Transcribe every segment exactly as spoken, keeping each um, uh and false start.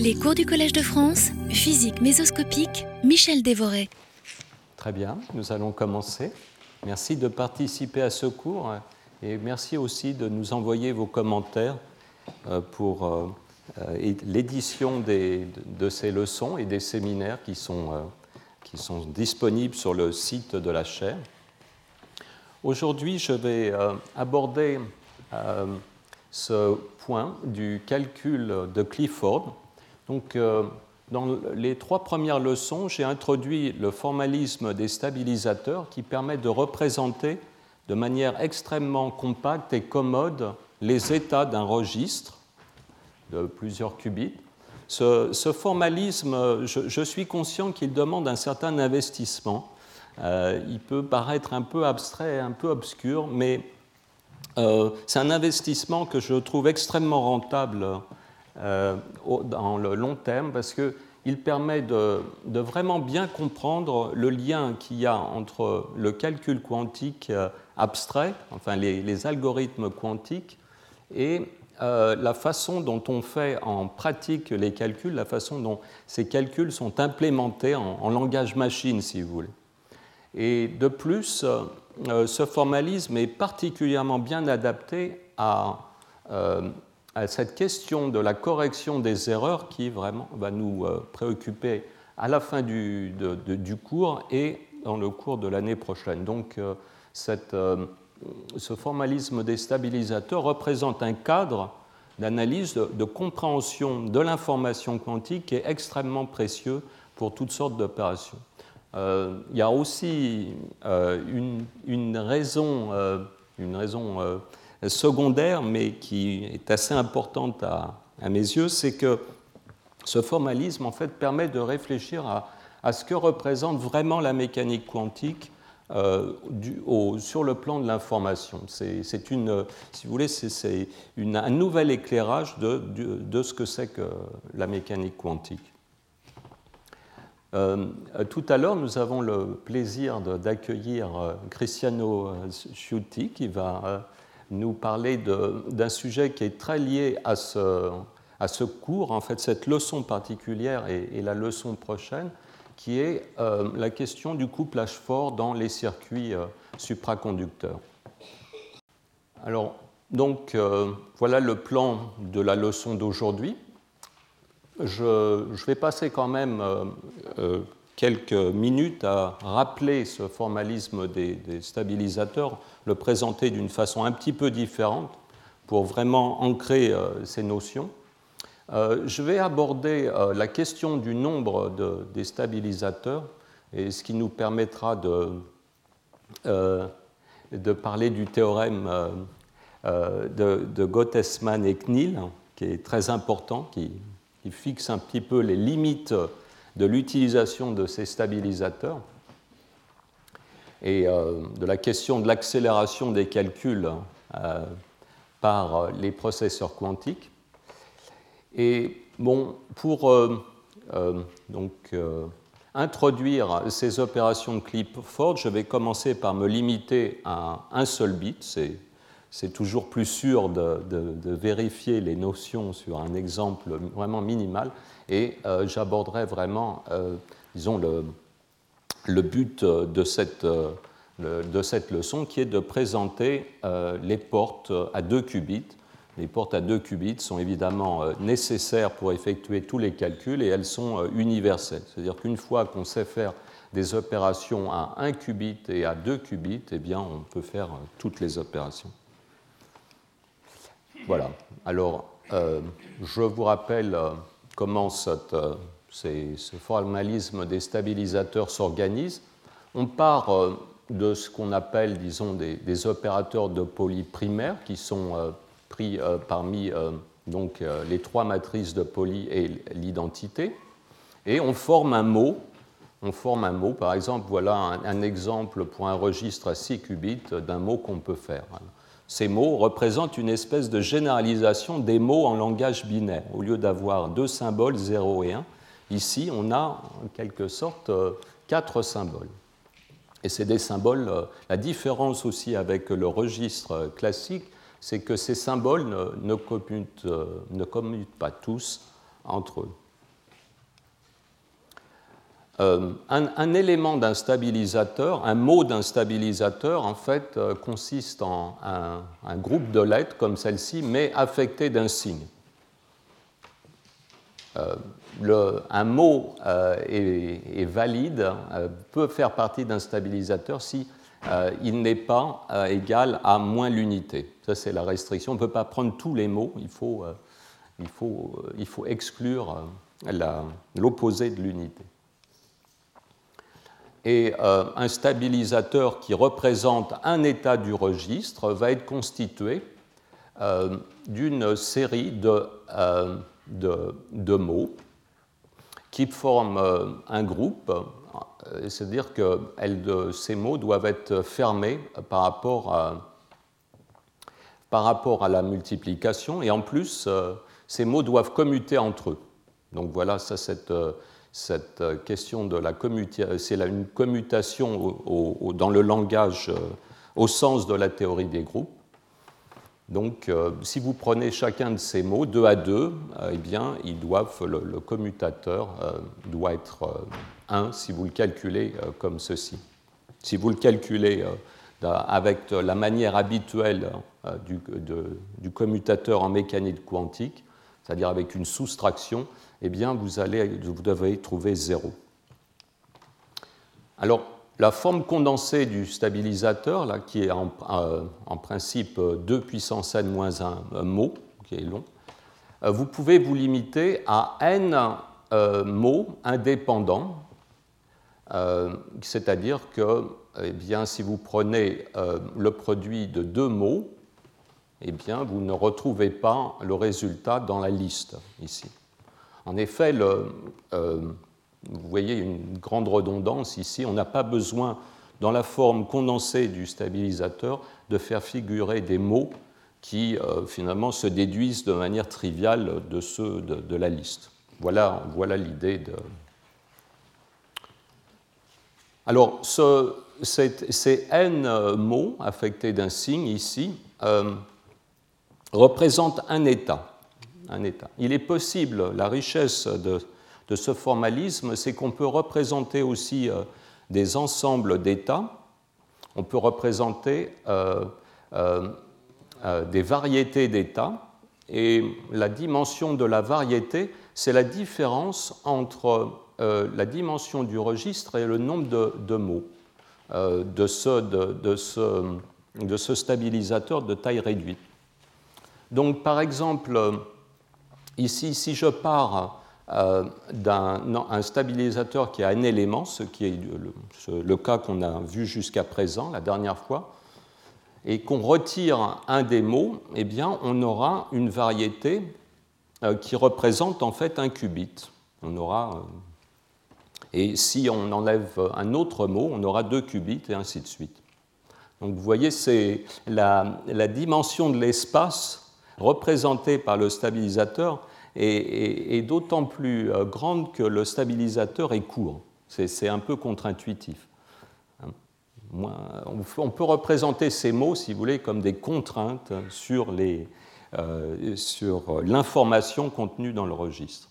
Les cours du Collège de France, physique mésoscopique, Michel Dévoré. Très bien, nous allons commencer. Merci de participer à ce cours et merci aussi de nous envoyer vos commentaires pour l'édition des, de ces leçons et des séminaires qui sont, qui sont disponibles sur le site de la chaire. Aujourd'hui, je vais aborder ce point du calcul de Clifford. Donc, dans les trois premières leçons, j'ai introduit le formalisme des stabilisateurs qui permet de représenter de manière extrêmement compacte et commode les états d'un registre de plusieurs qubits. Ce, ce formalisme, je, je suis conscient qu'il demande un certain investissement. Euh, il peut paraître un peu abstrait, un peu obscur, mais euh, c'est un investissement que je trouve extrêmement rentable euh, dans le long terme parce qu'il permet de, de vraiment bien comprendre le lien qu'il y a entre le calcul quantique abstrait, enfin les, les algorithmes quantiques, et euh, la façon dont on fait en pratique les calculs, la façon dont ces calculs sont implémentés en, en langage machine, si vous voulez. Et de plus, euh, ce formalisme est particulièrement bien adapté à, euh, à cette question de la correction des erreurs qui vraiment va nous euh, préoccuper à la fin du, de, de, du cours et dans le cours de l'année prochaine. Donc, euh, cette, euh, ce formalisme des stabilisateurs représente un cadre d'analyse, de, de compréhension de l'information quantique qui est extrêmement précieux pour toutes sortes d'opérations. Euh, il y a aussi euh, une, une raison, euh, une raison euh, secondaire, mais qui est assez importante à, à mes yeux, c'est que ce formalisme en fait, permet de réfléchir à, à ce que représente vraiment la mécanique quantique euh, du, au, sur le plan de l'information. C'est, c'est une, si vous voulez, c'est, c'est une, un nouvel éclairage de, de, de ce que c'est que la mécanique quantique. Euh, tout à l'heure, nous avons le plaisir de, d'accueillir euh, Cristiano Sciuti qui va euh, nous parler de, d'un sujet qui est très lié à ce, à ce cours, en fait, cette leçon particulière et, et la leçon prochaine, qui est euh, la question du couplage fort dans les circuits euh, supraconducteurs. Alors, donc, euh, voilà le plan de la leçon d'aujourd'hui. Je, je vais passer quand même euh, euh, quelques minutes à rappeler ce formalisme des, des stabilisateurs, le présenter d'une façon un petit peu différente pour vraiment ancrer euh, ces notions. Euh, je vais aborder euh, la question du nombre de, des stabilisateurs et ce qui nous permettra de, euh, de parler du théorème euh, euh, de, de Gottesman et Knill, qui est très important, qui qui fixe un petit peu les limites de l'utilisation de ces stabilisateurs et euh, de la question de l'accélération des calculs euh, par les processeurs quantiques. Et bon, pour euh, euh, donc, euh, introduire ces opérations de Clifford, je vais commencer par me limiter à un seul bit. C'est C'est toujours plus sûr de, de, de vérifier les notions sur un exemple vraiment minimal et euh, j'aborderai vraiment, euh, disons, le, le but de cette, euh, le, de cette leçon qui est de présenter euh, les portes à deux qubits. Les portes à deux qubits sont évidemment euh, nécessaires pour effectuer tous les calculs et elles sont euh, universelles. C'est-à-dire qu'une fois qu'on sait faire des opérations à un qubit et à deux qubits, eh bien, on peut faire euh, toutes les opérations. Voilà. Alors, euh, je vous rappelle euh, comment cette, euh, ces, ce formalisme des stabilisateurs s'organise. On part euh, de ce qu'on appelle, disons, des, des opérateurs de Pauli primaires qui sont euh, pris euh, parmi euh, donc, euh, les trois matrices de Pauli et l'identité. Et on forme un mot. On forme un mot. Par exemple, voilà un, un exemple pour un registre à six qubits d'un mot qu'on peut faire. Ces mots représentent une espèce de généralisation des mots en langage binaire. Au lieu d'avoir deux symboles, zéro et un, ici, on a en quelque sorte quatre symboles. Et c'est des symboles. La différence aussi avec le registre classique, c'est que ces symboles ne, ne, commutent, ne commutent pas tous entre eux. Euh, un, un élément d'un stabilisateur, un mot d'un stabilisateur, en fait, euh, consiste en un, un groupe de lettres comme celle-ci, mais affecté d'un signe. Euh, le, un mot euh, est, est valide, euh, peut faire partie d'un stabilisateur si euh, il n'est pas euh, égal à moins l'unité. Ça, c'est la restriction. On ne peut pas prendre tous les mots, il faut, euh, il faut, euh, il faut exclure euh, l'opposé de l'unité. Et euh, un stabilisateur qui représente un état du registre va être constitué euh, d'une série de, euh, de, de mots qui forment euh, un groupe, euh, c'est-à-dire que elles, de, ces mots doivent être fermés par rapport à, par rapport à la multiplication, et en plus, euh, ces mots doivent commuter entre eux. Donc voilà, ça, cette, cette question de la commutation, c'est une commutation au, au, dans le langage euh, au sens de la théorie des groupes. Donc, euh, si vous prenez chacun de ces mots, deux à deux, euh, eh bien, ils doivent, le, le commutateur euh, doit être euh, un si vous le calculez euh, comme ceci. Si vous le calculez euh, avec la manière habituelle euh, du, de, du commutateur en mécanique quantique, c'est-à-dire avec une soustraction, eh bien, vous, allez, vous devez trouver zéro. Alors, la forme condensée du stabilisateur, là, qui est en, euh, en principe deux puissance n moins un, un mot, qui est long, euh, vous pouvez vous limiter à n euh, mots indépendants, euh, c'est-à-dire que eh bien, si vous prenez euh, le produit de deux mots, eh bien, vous ne retrouvez pas le résultat dans la liste ici. En effet, le, euh, vous voyez une grande redondance ici. On n'a pas besoin, dans la forme condensée du stabilisateur, de faire figurer des mots qui, euh, finalement, se déduisent de manière triviale de ceux de, de la liste. Voilà, voilà l'idée de... Alors, ce, ces, ces n mots affectés d'un signe, ici, euh, représentent un état, un état. Il est possible, la richesse de... de ce formalisme, c'est qu'on peut représenter aussi euh, des ensembles d'états, on peut représenter euh, euh, euh, des variétés d'états, et la dimension de la variété, c'est la différence entre euh, la dimension du registre et le nombre de, de mots euh, de, ce, de, de, ce, de ce stabilisateur de taille réduite. Donc, par exemple, ici, si je pars Euh, d'un un stabilisateur qui a un élément, ce qui est le, ce, le cas qu'on a vu jusqu'à présent, la dernière fois, et qu'on retire un des mots, eh bien, on aura une variété euh, qui représente en fait un qubit. On aura, euh, et si on enlève un autre mot, on aura deux qubits, et ainsi de suite. Donc vous voyez, c'est la, la dimension de l'espace représentée par le stabilisateur est d'autant plus grande que le stabilisateur est court. C'est un peu contre-intuitif. On peut représenter ces mots, si vous voulez, comme des contraintes sur les, euh, sur l'information contenue dans le registre.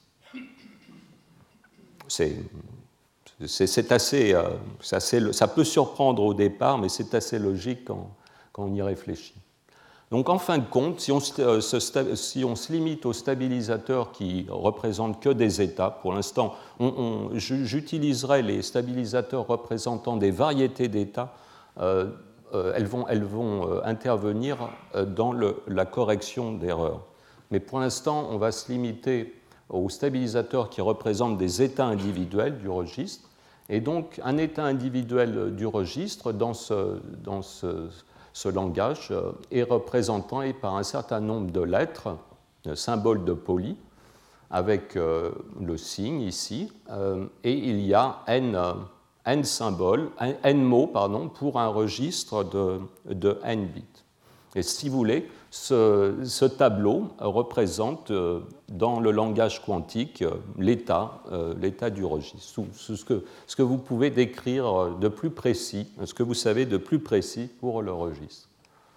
C'est assez, euh, assez, ça peut surprendre au départ, mais c'est assez logique quand, quand on y réfléchit. Donc, en fin de compte, si on, se, si on se limite aux stabilisateurs qui représentent que des états, pour l'instant, j'utiliserai les stabilisateurs représentant des variétés d'états, euh, euh, elles vont, elles vont euh, intervenir dans le, la correction d'erreurs. Mais pour l'instant, on va se limiter aux stabilisateurs qui représentent des états individuels du registre, et donc un état individuel du registre dans ce, dans ce Ce langage est représenté par un certain nombre de lettres, de symboles de Pauli, avec euh, le signe ici, euh, et il y a n, n symboles, n mots pardon, pour un registre de, de n bits. Et si vous voulez, ce, ce tableau représente euh, dans le langage quantique euh, l'état euh, l'état du registre, ce que, ce que vous pouvez décrire de plus précis, ce que vous savez de plus précis pour le registre.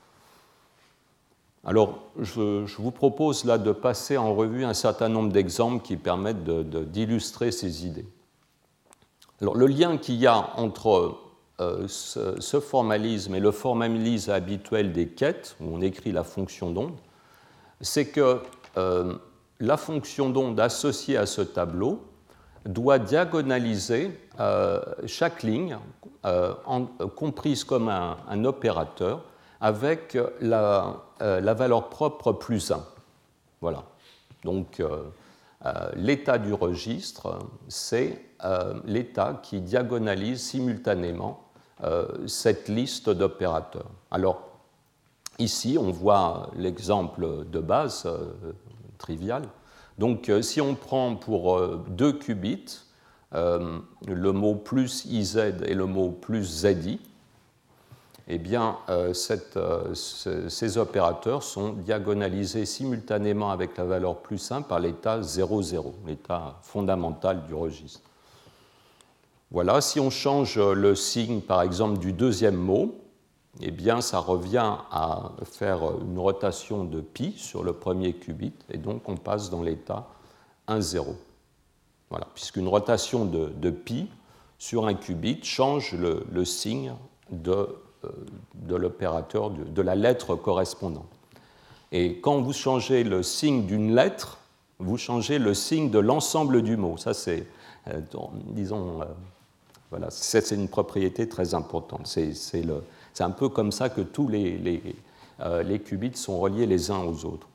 Alors, je, je vous propose là de passer en revue un certain nombre d'exemples qui permettent d'illustrer ces idées. Alors, le lien qu'il y a entre euh, ce, ce formalisme et le formalisme habituel des quêtes, où on écrit la fonction d'onde, c'est que euh, la fonction d'onde associée à ce tableau doit diagonaliser euh, chaque ligne euh, en, comprise comme un, un opérateur avec la, euh, la valeur propre plus un. Voilà. Donc, euh, euh, l'état du registre, c'est euh, l'état qui diagonalise simultanément euh, cette liste d'opérateurs. Alors, ici, on voit l'exemple de base euh, trivial. Donc, euh, si on prend pour euh, deux qubits euh, le mot plus I Z et le mot plus Z I, eh bien, euh, cette, euh, ce, ces opérateurs sont diagonalisés simultanément avec la valeur plus un par l'état zéro zéro, l'état fondamental du registre. Voilà, si on change le signe, par exemple, du deuxième mot, eh bien, ça revient à faire une rotation de pi sur le premier qubit, et donc on passe dans l'état un zéro. Voilà, puisqu'une rotation de, de pi sur un qubit change le, le signe de, de l'opérateur, de, de la lettre correspondante. Et quand vous changez le signe d'une lettre, vous changez le signe de l'ensemble du mot. Ça, c'est, euh, disons, euh, voilà, c'est une propriété très importante. C'est, c'est le... C'est un peu comme ça que tous les, les, euh, les qubits sont reliés les uns aux autres.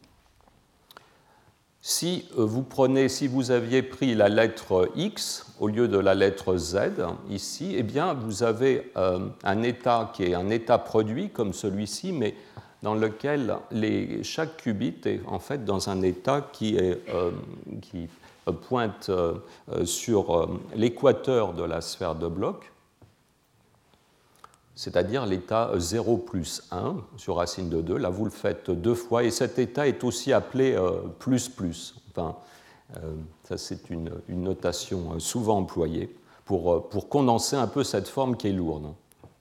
Si vous prenez, si vous aviez pris la lettre X au lieu de la lettre Z ici, eh bien vous avez euh, un état qui est un état produit comme celui-ci, mais dans lequel les, chaque qubit est en fait dans un état qui, est, euh, qui pointe euh, sur euh, l'équateur de la sphère de Bloch, c'est-à-dire l'état zéro plus un sur racine de deux. Là, vous le faites deux fois, et cet état est aussi appelé euh, plus plus. Enfin, euh, ça, c'est une, une notation souvent employée pour, pour condenser un peu cette forme qui est lourde.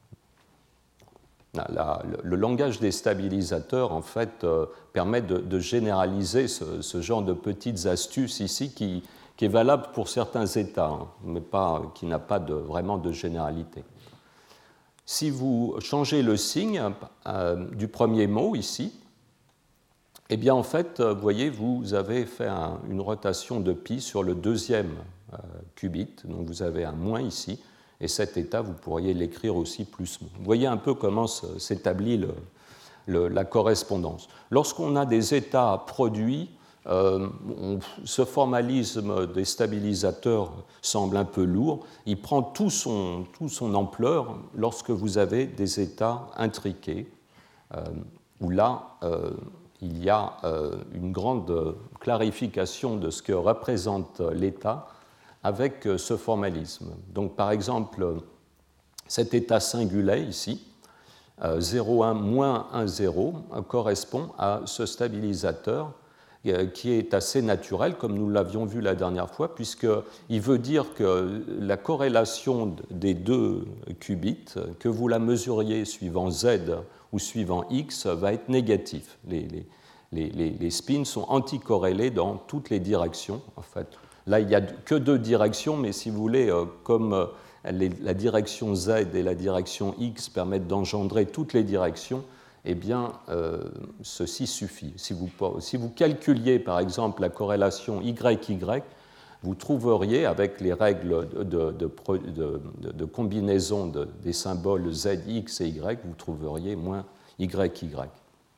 La, la, le, le langage des stabilisateurs, en fait, euh, permet de, de généraliser ce, ce genre de petites astuces ici qui, qui est valable pour certains états, hein, mais pas, qui n'a pas de, vraiment de généralité. Si vous changez le signe euh, du premier mot ici, eh bien en fait, vous voyez, vous avez fait un, une rotation de pi sur le deuxième euh, qubit, donc vous avez un moins ici, et cet état, vous pourriez l'écrire aussi plus. Vous voyez un peu comment s'établit le, le, la correspondance. Lorsqu'on a des états produits, Euh, on, ce formalisme des stabilisateurs semble un peu lourd. Il prend tout son, tout son ampleur lorsque vous avez des états intriqués, euh, où là, euh, il y a euh, une grande clarification de ce que représente l'état avec ce formalisme. Donc, par exemple, cet état singulet ici, euh, zéro un moins un zéro, correspond à ce stabilisateur qui est assez naturel, comme nous l'avions vu la dernière fois, puisqu'il veut dire que la corrélation des deux qubits, que vous la mesuriez suivant Z ou suivant X, va être négative. Les, les, les, les spins sont anticorrélés dans toutes les directions. En fait, là, il n'y a que deux directions, mais si vous voulez, comme les, la direction Z et la direction X permettent d'engendrer toutes les directions, eh bien, euh, ceci suffit. Si vous, si vous calculiez, par exemple, la corrélation Y Y, vous trouveriez, avec les règles de, de, de, de, de combinaison de, des symboles Z, X et Y, vous trouveriez moins Y Y.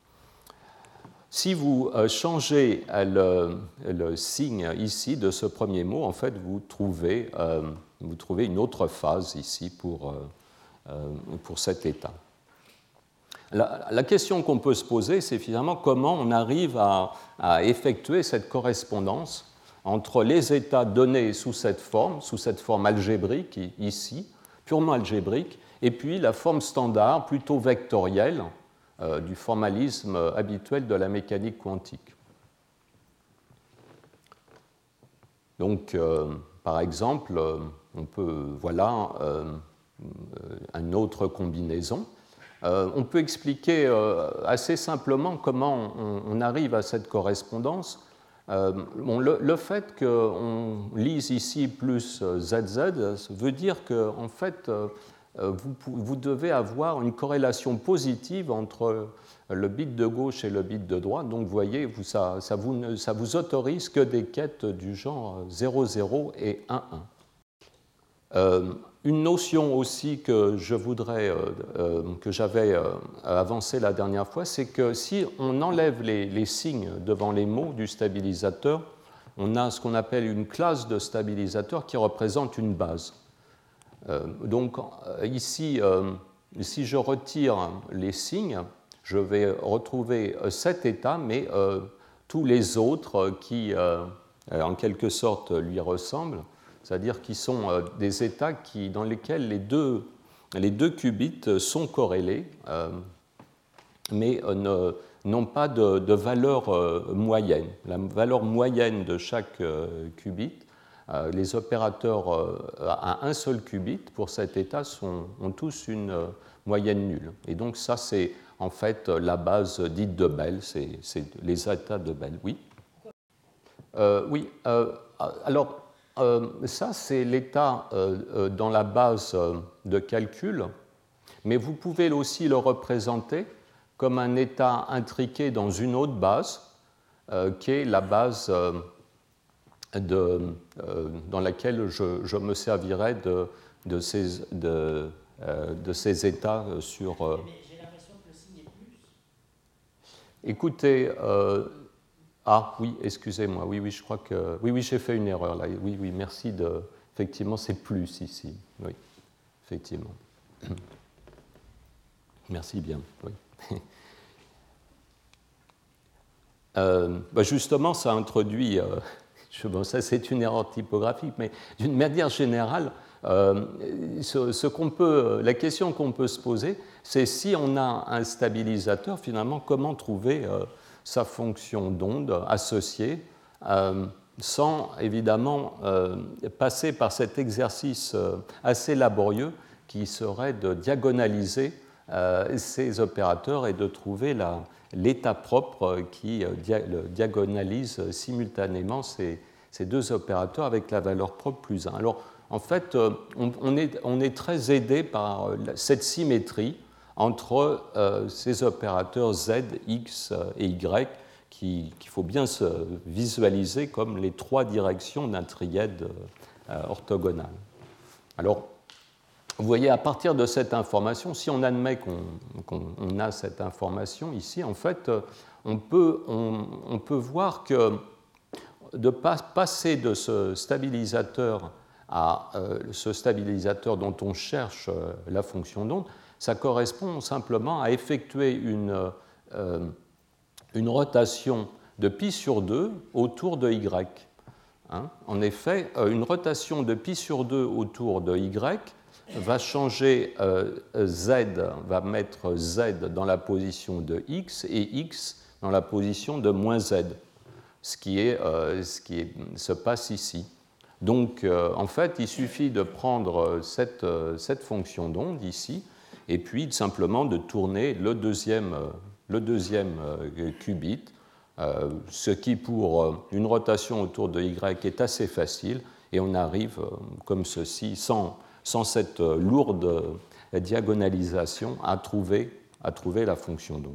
Si vous changez le, le signe ici de ce premier mot, en fait, vous trouvez, euh, vous trouvez une autre phase ici pour, euh, pour cet état. La, la question qu'on peut se poser, c'est finalement comment on arrive à, à effectuer cette correspondance entre les états donnés sous cette forme, sous cette forme algébrique ici, purement algébrique, et puis la forme standard, plutôt vectorielle, euh, du formalisme habituel de la mécanique quantique. Donc, euh, par exemple, on peut, voilà euh, une autre combinaison. Euh, on peut expliquer euh, assez simplement comment on, on arrive à cette correspondance Euh, bon, le, le fait qu'on lise ici plus Z Z veut dire que, en fait, euh, vous, vous devez avoir une corrélation positive entre le bit de gauche et le bit de droite. Donc, vous voyez, vous, ça, ça, vous, ça vous autorise que des quêtes du genre zéro zéro et un un. Euh, une notion aussi que je voudrais, euh, euh, que j'avais euh, avancée la dernière fois, c'est que si on enlève les, les signes devant les mots du stabilisateur, on a ce qu'on appelle une classe de stabilisateur qui représente une base. Euh, donc ici, euh, si je retire les signes, je vais retrouver cet état, mais euh, tous les autres qui, euh, en quelque sorte, lui ressemblent, c'est-à-dire qui sont euh, des états qui, dans lesquels les deux, les deux qubits sont corrélés, euh, mais euh, n'ont pas de, de valeur euh, moyenne. La valeur moyenne de chaque euh, qubit, euh, les opérateurs euh, à un seul qubit pour cet état sont, ont tous une euh, moyenne nulle. Et donc ça, c'est en fait la base dite de Bell, c'est, c'est les états de Bell. Oui, euh, oui. Euh, alors, euh, ça, c'est l'état euh, dans la base de calcul, mais vous pouvez aussi le représenter comme un état intriqué dans une autre base, euh, qui est la base euh, de, euh, dans laquelle je, je me servirai de, de, ces, de, euh, de ces états sur... Euh... Mais j'ai l'impression que le signe est plus. Écoutez... Euh, Ah oui, excusez-moi, oui, oui, je crois que... Oui, oui, j'ai fait une erreur là. Oui, oui, merci de... Effectivement, c'est plus ici. Oui, effectivement. Merci bien, oui. euh, bah justement, ça introduit... Euh, je, bon, ça, c'est une erreur typographique, mais d'une manière générale, euh, ce, ce qu'on peut, la question qu'on peut se poser, c'est si on a un stabilisateur, finalement, comment trouver... Euh, sa fonction d'onde associée, euh, sans évidemment euh, passer par cet exercice euh, assez laborieux qui serait de diagonaliser euh, ces opérateurs et de trouver la, l'état propre qui euh, dia, le diagonalise simultanément ces, ces deux opérateurs avec la valeur propre plus un. Alors, en fait, euh, on, on, est, on est très aidé par cette symétrie entre euh, ces opérateurs Z, X et Y qu'il qui faut bien se visualiser comme les trois directions d'un trièdre euh, orthogonal. Alors, vous voyez, à partir de cette information, si on admet qu'on, qu'on a cette information ici, en fait, on peut, on, on peut voir que de pas, passer de ce stabilisateur à euh, ce stabilisateur dont on cherche euh, la fonction d'onde, ça correspond simplement à effectuer une, euh, une rotation de pi sur deux autour de y. Hein, en effet, une rotation de pi sur deux autour de y va changer euh, z, va mettre z dans la position de x et x dans la position de moins z, ce qui, est, euh, ce qui est, se passe ici. Donc, euh, en fait, il suffit de prendre cette, cette fonction d'onde ici, et puis simplement de tourner le deuxième, le deuxième qubit, euh, ce qui pour une rotation autour de y est assez facile, et on arrive comme ceci, sans, sans cette lourde diagonalisation, à trouver, à trouver la fonction d'onde.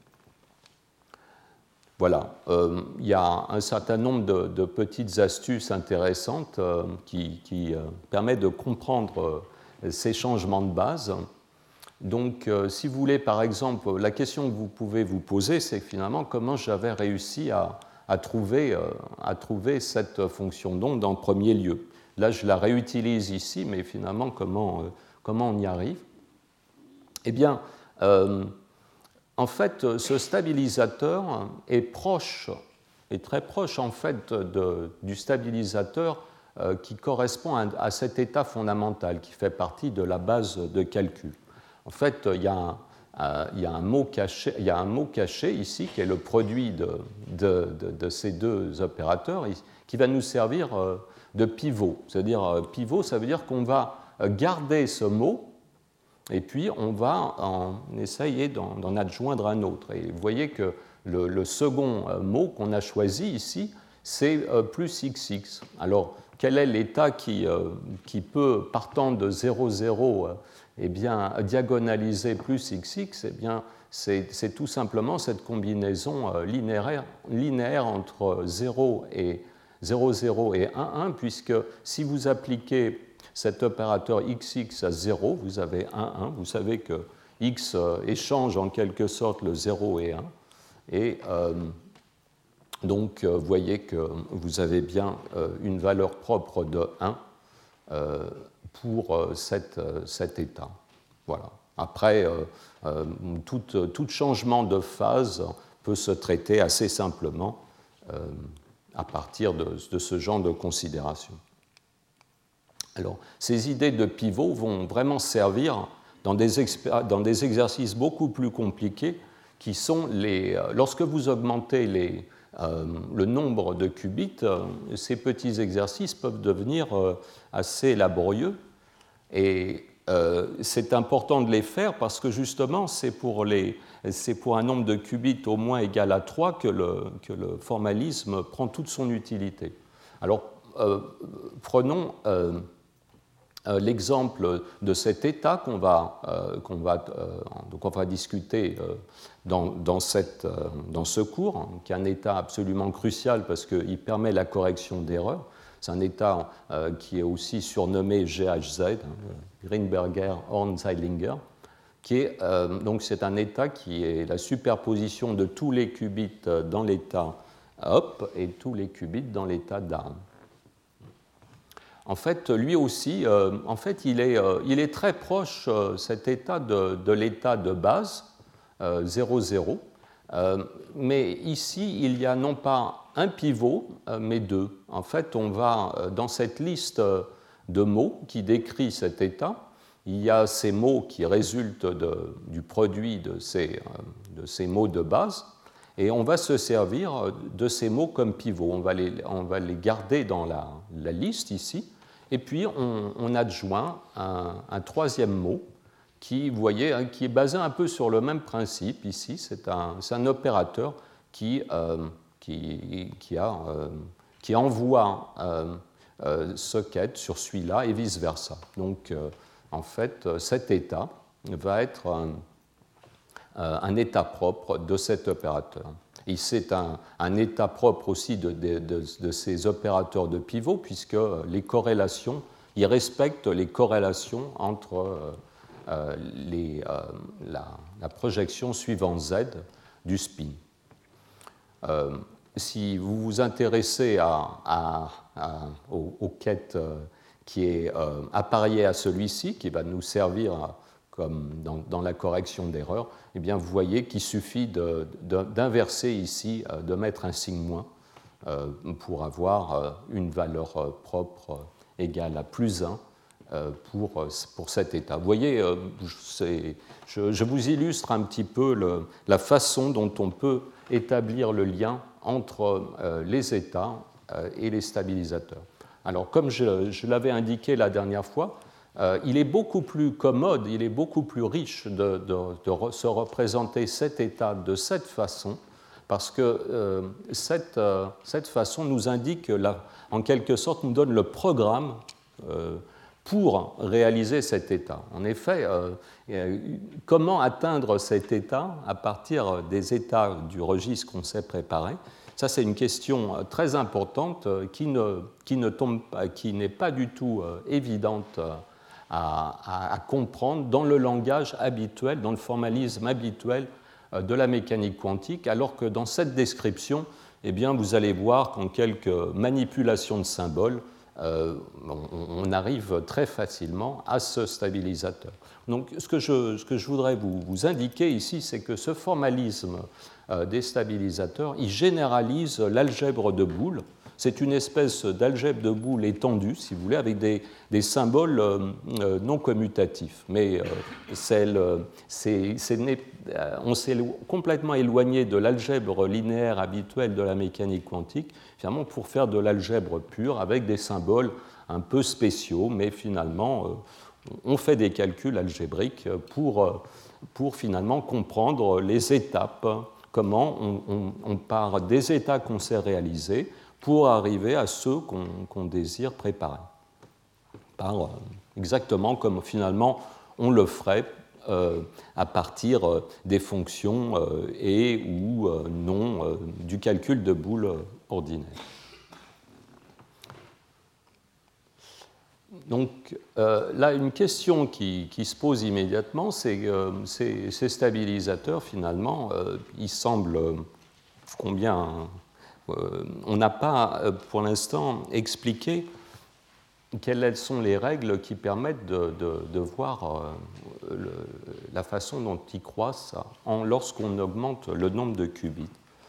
Voilà, euh, il y a un certain nombre de, de petites astuces intéressantes euh, qui, qui euh, permettent de comprendre euh, ces changements de base. Donc, euh, si vous voulez, par exemple, la question que vous pouvez vous poser, c'est finalement comment j'avais réussi à, à, trouver, euh, à trouver cette fonction d'onde en premier lieu. Là, je la réutilise ici, mais finalement, comment, euh, comment on y arrive? Eh bien, euh, en fait, ce stabilisateur est proche, est très proche en fait de, du stabilisateur euh, qui correspond à, à cet état fondamental qui fait partie de la base de calcul. En fait, il y a un, euh, il y a un mot caché, il y a un mot caché ici qui est le produit de, de, de, de ces deux opérateurs qui va nous servir euh, de pivot. C'est-à-dire, euh, pivot, ça veut dire qu'on va garder ce mot et puis on va en essayer d'en, d'en adjoindre un autre. Et vous voyez que le, le second mot qu'on a choisi ici, c'est euh, plus xx. Alors, quel est l'état qui, euh, qui peut, partant de zéro, zéro, euh, eh bien, diagonaliser plus xx? Eh bien, c'est, c'est tout simplement cette combinaison euh, linéaire, linéaire entre zéro, et, zéro, zéro et un, un, puisque si vous appliquez cet opérateur xx à zéro, vous avez un, un. Vous savez que x euh, échange en quelque sorte le zéro et un. Et euh, donc, vous voyez que vous avez bien une valeur propre de un pour cet, cet état. Voilà. Après, tout, tout changement de phase peut se traiter assez simplement à partir de, de ce genre de considération. Alors, ces idées de pivot vont vraiment servir dans des, expé- dans des exercices beaucoup plus compliqués qui sont les... Lorsque vous augmentez les... Euh, le nombre de qubits, euh, ces petits exercices peuvent devenir euh, assez laborieux et euh, c'est important de les faire parce que justement c'est pour, les, c'est pour un nombre de qubits au moins égal à trois que le, que le formalisme prend toute son utilité. Alors euh, prenons euh, euh, l'exemple de cet état qu'on va, euh, qu'on va, euh, donc on va discuter euh, Dans, dans, cette, dans ce cours, qui est un état absolument crucial parce qu'il permet la correction d'erreurs. C'est un état euh, qui est aussi surnommé G H Z, hein, Greenberger, Horn, Zeilinger, qui est, euh, donc c'est un état qui est la superposition de tous les qubits dans l'état up et tous les qubits dans l'état down. En fait, lui aussi, euh, en fait, il est, euh, il est très proche, euh, cet état, de, de l'état de base, zéro, zéro. Euh, mais ici, il y a non pas un pivot, euh, mais deux. En fait, on va, euh, dans cette liste de mots qui décrit cet état, il y a ces mots qui résultent de, du produit de ces, euh, de ces mots de base, et on va se servir de ces mots comme pivot. On va les, on va les garder dans la, la liste ici, et puis on, on adjoint un, un troisième mot, qui, vous voyez, hein, qui est basé un peu sur le même principe ici. C'est un, c'est un opérateur qui, euh, qui, qui, a, euh, qui envoie euh, euh, socket sur celui-là et vice-versa. Donc, euh, en fait, cet état va être un, euh, un état propre de cet opérateur. Et c'est un, un état propre aussi de, de, de, de ces opérateurs de pivot, puisque les corrélations, ils respectent les corrélations entre... Euh, Euh, les, euh, la, la projection suivant Z du spin. Euh, si vous vous intéressez à, à, à, aux, aux quêtes euh, qui est euh, appareillé à celui-ci, qui va nous servir à, comme dans, dans la correction d'erreur, eh bien vous voyez qu'il suffit de, de, d'inverser ici, euh, de mettre un signe moins euh, pour avoir euh, une valeur euh, propre euh, égale à plus un. Pour, pour cet état. Vous voyez, c'est, je, je vous illustre un petit peu le, la façon dont on peut établir le lien entre euh, les états euh, et les stabilisateurs. Alors, comme je, je l'avais indiqué la dernière fois, euh, il est beaucoup plus commode, il est beaucoup plus riche de, de, de re, se représenter cet état de cette façon, parce que euh, cette, euh, cette façon nous indique, la, en quelque sorte, nous donne le programme euh, pour réaliser cet état. En effet, euh, comment atteindre cet état à partir des états du registre qu'on s'est préparé? Ça, c'est une question très importante qui, ne, qui, ne tombe, qui n'est pas du tout évidente à, à, à comprendre dans le langage habituel, dans le formalisme habituel de la mécanique quantique, alors que dans cette description, eh bien, vous allez voir qu'en quelques manipulations de symboles, Euh, on, on arrive très facilement à ce stabilisateur. Donc, ce que je, ce que je voudrais vous, vous indiquer ici, c'est que ce formalisme euh, des stabilisateurs, il généralise l'algèbre de Boole. C'est une espèce d'algèbre de Boole étendue, si vous voulez, avec des, des symboles euh, euh, non commutatifs. Mais euh, c'est le, c'est, c'est, euh, on s'est complètement éloigné de l'algèbre linéaire habituelle de la mécanique quantique, finalement pour faire de l'algèbre pure avec des symboles un peu spéciaux, mais finalement, euh, on fait des calculs algébriques pour, euh, pour finalement comprendre les étapes, comment on, on, on part des états qu'on sait réaliser pour arriver à ceux qu'on qu'on désire préparer. Par, euh, exactement comme finalement on le ferait euh, à partir euh, des fonctions euh, et ou euh, non euh, du calcul de Boole euh, ordinaire. Donc euh, là, une question qui, qui se pose immédiatement, c'est que euh, ces, ces stabilisateurs, finalement, euh, ils semblent euh, combien... Euh, on n'a pas, euh, pour l'instant, expliqué quelles sont les règles qui permettent de, de, de voir euh, le, la façon dont ils croissent en, lorsqu'on augmente le nombre de qubits.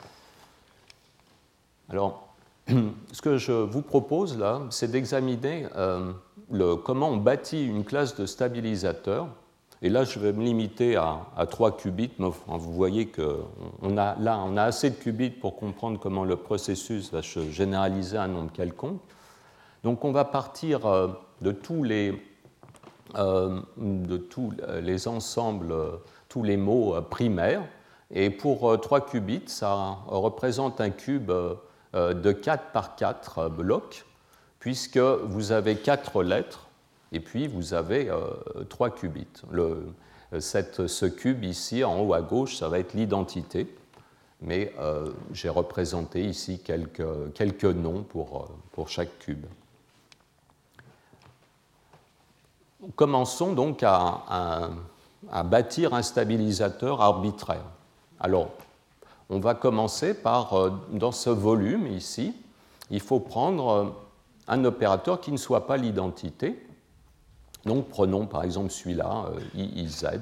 Alors, ce que je vous propose là, c'est d'examiner euh, le, comment on bâtit une classe de stabilisateurs. Et là, je vais me limiter à, à trois qubits, mais enfin, vous voyez qu'on a, là, on a assez de qubits pour comprendre comment le processus va se généraliser à un nombre quelconque. Donc, on va partir euh, de, tous les, euh, de tous les ensembles, euh, tous les mots euh, primaires. Et pour euh, trois qubits, ça représente un cube euh, de quatre par quatre blocs, puisque vous avez quatre lettres, et puis vous avez euh, trois qubits. Le, cette, ce cube ici, en haut à gauche, ça va être l'identité, mais euh, j'ai représenté ici quelques, quelques noms pour, pour chaque cube. Commençons donc à, à, à bâtir un stabilisateur arbitraire. Alors, on va commencer par, dans ce volume ici, il faut prendre un opérateur qui ne soit pas l'identité. Donc, prenons par exemple celui-là, I I Z.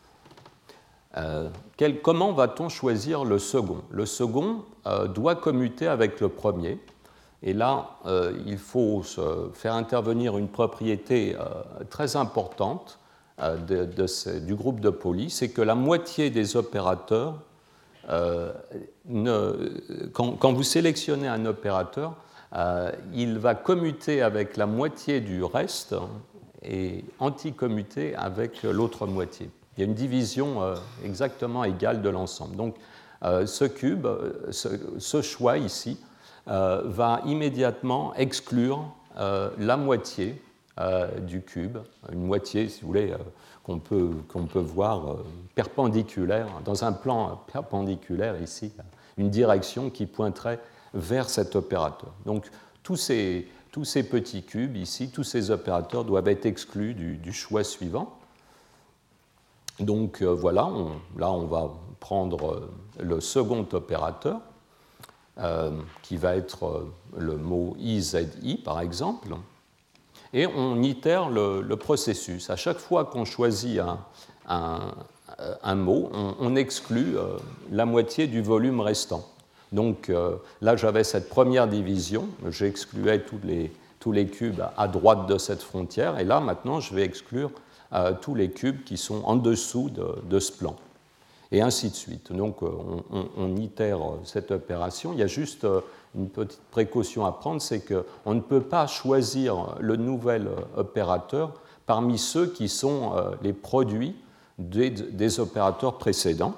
Euh, quel, comment va-t-on choisir le second? Le second euh, doit commuter avec le premier. Et là, euh, il faut se faire intervenir une propriété euh, très importante euh, de, de ce, du groupe de Pauli, c'est que la moitié des opérateurs, euh, ne, quand, quand vous sélectionnez un opérateur, euh, il va commuter avec la moitié du reste et anticommuter avec l'autre moitié. Il y a une division euh, exactement égale de l'ensemble. Donc, euh, ce cube, ce, ce choix ici, Euh, va immédiatement exclure euh, la moitié euh, du cube, une moitié, si vous voulez, euh, qu'on peut, qu'on peut voir euh, perpendiculaire, dans un plan perpendiculaire ici, une direction qui pointerait vers cet opérateur. Donc, tous ces, tous ces petits cubes ici, tous ces opérateurs doivent être exclus du, du choix suivant. Donc, euh, voilà, on, là, on va prendre le second opérateur, Euh, qui va être euh, le mot I Z I, par exemple, et on itère le, le processus. À chaque fois qu'on choisit un, un, un mot, on, on exclut euh, la moitié du volume restant. Donc euh, là, j'avais cette première division, j'excluais tous les, tous les cubes à droite de cette frontière, et là, maintenant, je vais exclure euh, tous les cubes qui sont en dessous de, de ce plan. Et ainsi de suite. Donc, on, on, on itère cette opération. Il y a juste une petite précaution à prendre, c'est qu'on ne peut pas choisir le nouvel opérateur parmi ceux qui sont les produits des, des opérateurs précédents.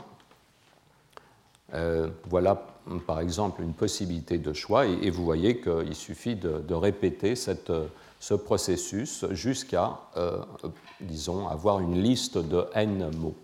Euh, voilà, par exemple, une possibilité de choix, et, et vous voyez qu'il suffit de, de répéter cette, ce processus jusqu'à, euh, disons, avoir une liste de n mots.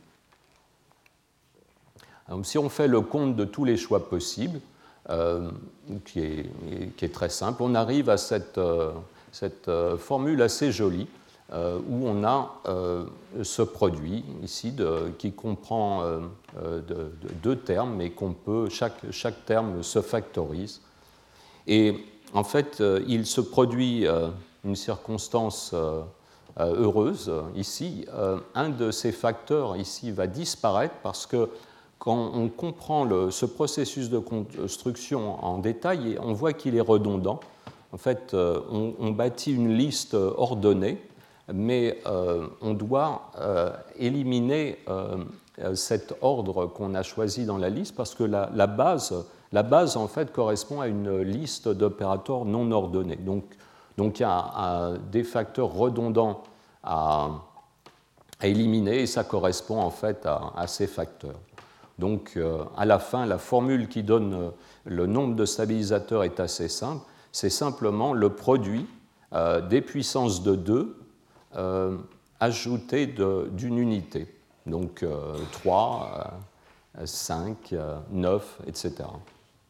Donc, si on fait le compte de tous les choix possibles, euh, qui, est, qui est très simple, on arrive à cette, euh, cette euh, formule assez jolie euh, où on a euh, ce produit ici de, qui comprend euh, de, de deux termes, mais qu'on peut, chaque, chaque terme se factorise. Et en fait, euh, il se produit euh, une circonstance euh, heureuse ici. Euh, un de ces facteurs ici va disparaître parce que quand on comprend le, ce processus de construction en détail, on voit qu'il est redondant. En fait, on, on bâtit une liste ordonnée, mais euh, on doit euh, éliminer euh, cet ordre qu'on a choisi dans la liste parce que la, la, base, la base, en fait, correspond à une liste d'opérateurs non ordonnés. Donc, donc il y a un, des facteurs redondants à, à éliminer et ça correspond en fait à, à ces facteurs. Donc euh, à la fin, la formule qui donne euh, le nombre de stabilisateurs est assez simple. C'est simplement le produit euh, des puissances de deux euh, ajoutées d'une unité. Donc euh, trois, euh, cinq, euh, neuf, et cetera.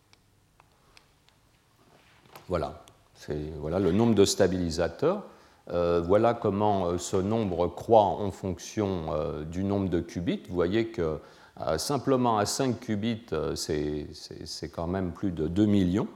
Voilà, c'est voilà le nombre de stabilisateurs. Euh, voilà comment euh, ce nombre croît en fonction euh, du nombre de qubits. Vous voyez que euh, simplement à cinq qubits, euh, c'est quand même plus de deux millions.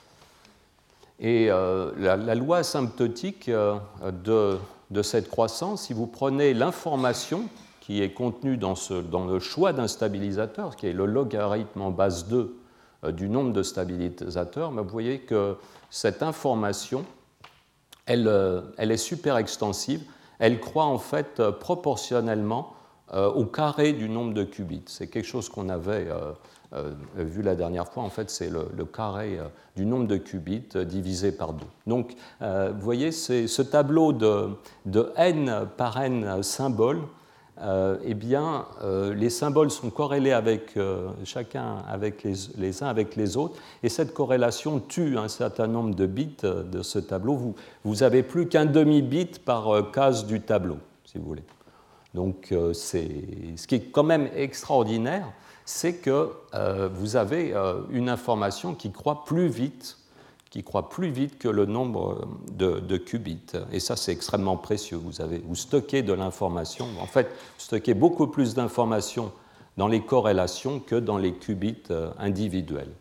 Et euh, la, la loi asymptotique euh, de, de cette croissance, si vous prenez l'information qui est contenue dans, ce, dans le choix d'un stabilisateur, qui est le logarithme en base deux euh, du nombre de stabilisateurs, mais vous voyez que cette information, elle, euh, elle est super extensive. Elle croît en fait euh, proportionnellement euh, au carré du nombre de qubits. C'est quelque chose qu'on avait euh, euh, vu la dernière fois. En fait, c'est le, le carré euh, du nombre de qubits euh, divisé par deux. Donc, euh, vous voyez, ce tableau de, de n par n symboles, euh, eh bien, euh, les symboles sont corrélés avec euh, chacun avec les, les uns avec les autres, et cette corrélation tue un certain nombre de bits de ce tableau. Vous vous n'avez plus qu'un demi-bit par euh, case du tableau, si vous voulez. Donc, euh, ce qui est quand même extraordinaire, c'est que euh, vous avez euh, une information qui croît plus vite, qui croît plus vite que le nombre de, de qubits. Et ça, c'est extrêmement précieux. Vous, avez, vous stockez de l'information. En fait, vous stockez beaucoup plus d'informations dans les corrélations que dans les qubits euh, individuels.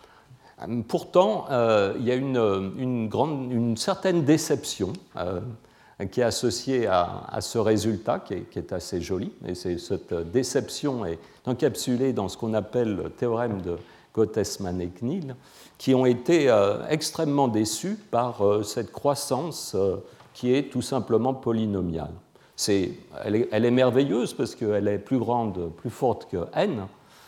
Pourtant, euh, il y a une, une, grande, une certaine déception euh, qui est associée à, à ce résultat, qui est, qui est assez joli. Et cette déception est encapsulée dans ce qu'on appelle le théorème de Gottesman et Knill, qui ont été euh, extrêmement déçus par euh, cette croissance euh, qui est tout simplement polynomiale. C'est, elle, est, elle est merveilleuse parce qu'elle est plus grande, plus forte que n.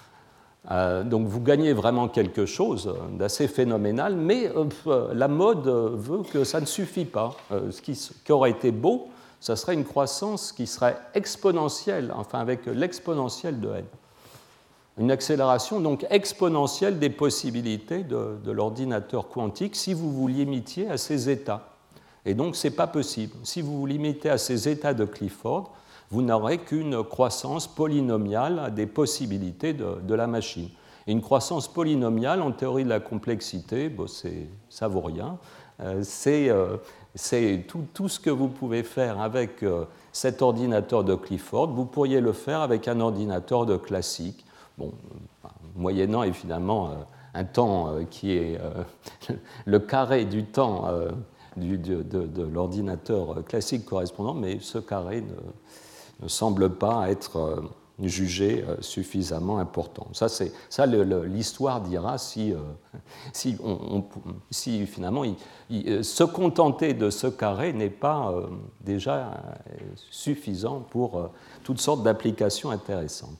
Euh, donc vous gagnez vraiment quelque chose d'assez phénoménal, mais euh, la mode veut que ça ne suffit pas. Euh, ce qui, qui aurait été beau, ça serait une croissance qui serait exponentielle, enfin avec l'exponentielle de n. Une accélération donc exponentielle des possibilités de, de l'ordinateur quantique si vous vous limitiez à ces états. Et donc, ce n'est pas possible. Si vous vous limitez à ces états de Clifford, vous n'aurez qu'une croissance polynomiale des possibilités de, de la machine. Et une croissance polynomiale, en théorie de la complexité, bon, ça ne vaut rien. Euh, c'est euh, tout, tout ce que vous pouvez faire avec euh, cet ordinateur de Clifford. Vous pourriez le faire avec un ordinateur de classique. Bon, moyennant évidemment euh, un temps euh, qui est euh, le carré du temps euh, du, de, de, de l'ordinateur classique correspondant, mais ce carré ne, ne semble pas être euh, jugé euh, suffisamment important. Ça, c'est, ça le, le, l'histoire dira si, euh, si, on, on, si finalement il, il, se contenter de ce carré n'est pas euh, déjà euh, suffisant pour euh, toutes sortes d'applications intéressantes.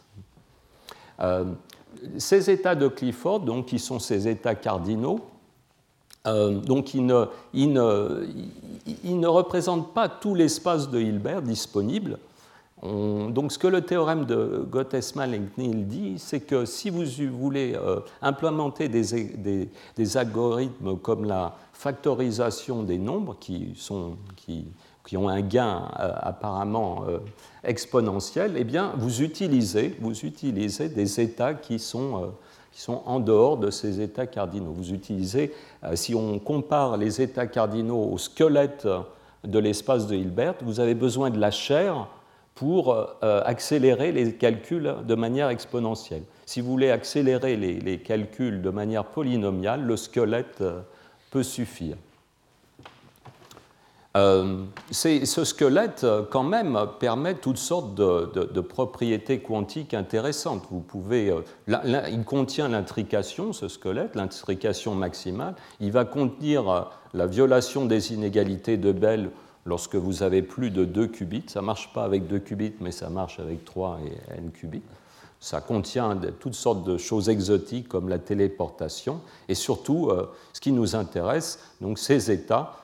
Euh, ces états de Clifford, donc, qui sont ces états cardinaux, euh, donc ils ne, ils, ne, ils ne représentent pas tout l'espace de Hilbert disponible. On, donc ce que le théorème de Gottesman et Knill dit, c'est que si vous voulez euh, implémenter des, des, des algorithmes comme la factorisation des nombres qui sont... Qui, qui ont un gain euh, apparemment euh, exponentiel, eh bien, vous utilisez, vous utilisez des états qui sont, euh, qui sont en dehors de ces états cardinaux. Vous utilisez, euh, si on compare les états cardinaux au squelette de l'espace de Hilbert, vous avez besoin de la chair pour euh, accélérer les calculs de manière exponentielle. Si vous voulez accélérer les, les calculs de manière polynomiale, le squelette euh, peut suffire. Euh, ce squelette, quand même, permet toutes sortes de, de, de propriétés quantiques intéressantes. Vous pouvez, euh, là, là, il contient l'intrication, ce squelette, l'intrication maximale. Il va contenir euh, la violation des inégalités de Bell lorsque vous avez plus de deux qubits. Ça ne marche pas avec deux qubits, mais ça marche avec trois et n qubits. Ça contient de, toutes sortes de choses exotiques comme la téléportation. Et surtout, euh, ce qui nous intéresse, donc ces états,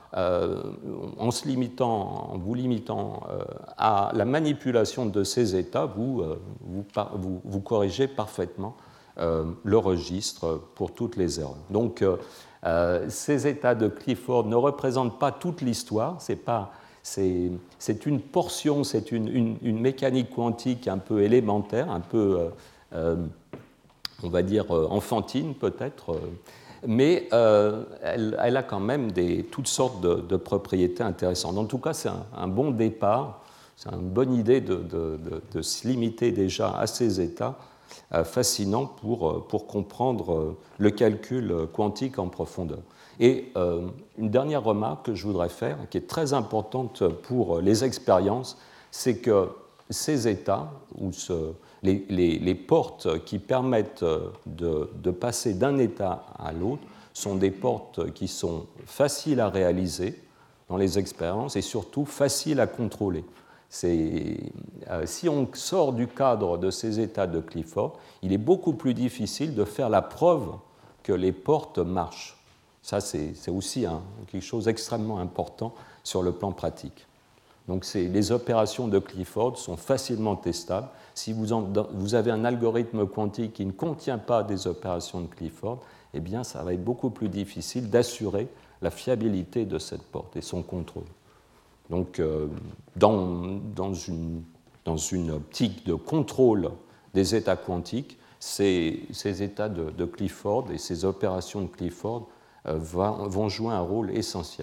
euh, en se limitant, en vous limitant euh, à la manipulation de ces états, vous, euh, vous, vous, vous corrigez parfaitement euh, le registre pour toutes les erreurs. Donc, euh, euh, ces états de Clifford ne représentent pas toute l'histoire, c'est pas C'est, c'est une portion, c'est une, une, une mécanique quantique un peu élémentaire, un peu, euh, euh, on va dire, euh, enfantine peut-être, euh, mais euh, elle, elle a quand même des, toutes sortes de, de propriétés intéressantes. En tout cas, c'est un, un bon départ, c'est une bonne idée de, de, de, de se limiter déjà à ces états euh, fascinants pour, pour comprendre euh, le calcul quantique en profondeur. Et euh, une dernière remarque que je voudrais faire, qui est très importante pour les expériences, c'est que ces états, ou ce, les, les, les portes qui permettent de, de passer d'un état à l'autre, sont des portes qui sont faciles à réaliser dans les expériences et surtout faciles à contrôler. C'est, euh, si on sort du cadre de ces états de Clifford, il est beaucoup plus difficile de faire la preuve que les portes marchent. Ça, c'est, c'est aussi un, quelque chose d'extrêmement important sur le plan pratique. Donc, c'est, les opérations de Clifford sont facilement testables. Si vous, en, vous avez un algorithme quantique qui ne contient pas des opérations de Clifford, eh bien, ça va être beaucoup plus difficile d'assurer la fiabilité de cette porte et son contrôle. Donc, euh, dans, dans, une, dans une optique de contrôle des états quantiques, ces, ces états de, de Clifford et ces opérations de Clifford euh, va, vont jouer un rôle essentiel.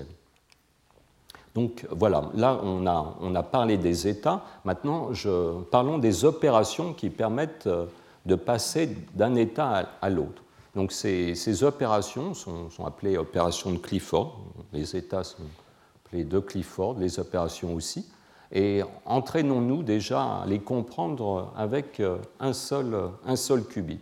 Donc voilà, là on a, on a parlé des états. Maintenant, je, parlons des opérations qui permettent de passer d'un état à, à l'autre. Donc ces, ces opérations sont, sont appelées opérations de Clifford. Les états sont appelés de Clifford, les opérations aussi. Et entraînons-nous déjà à les comprendre avec un seul, un seul qubit.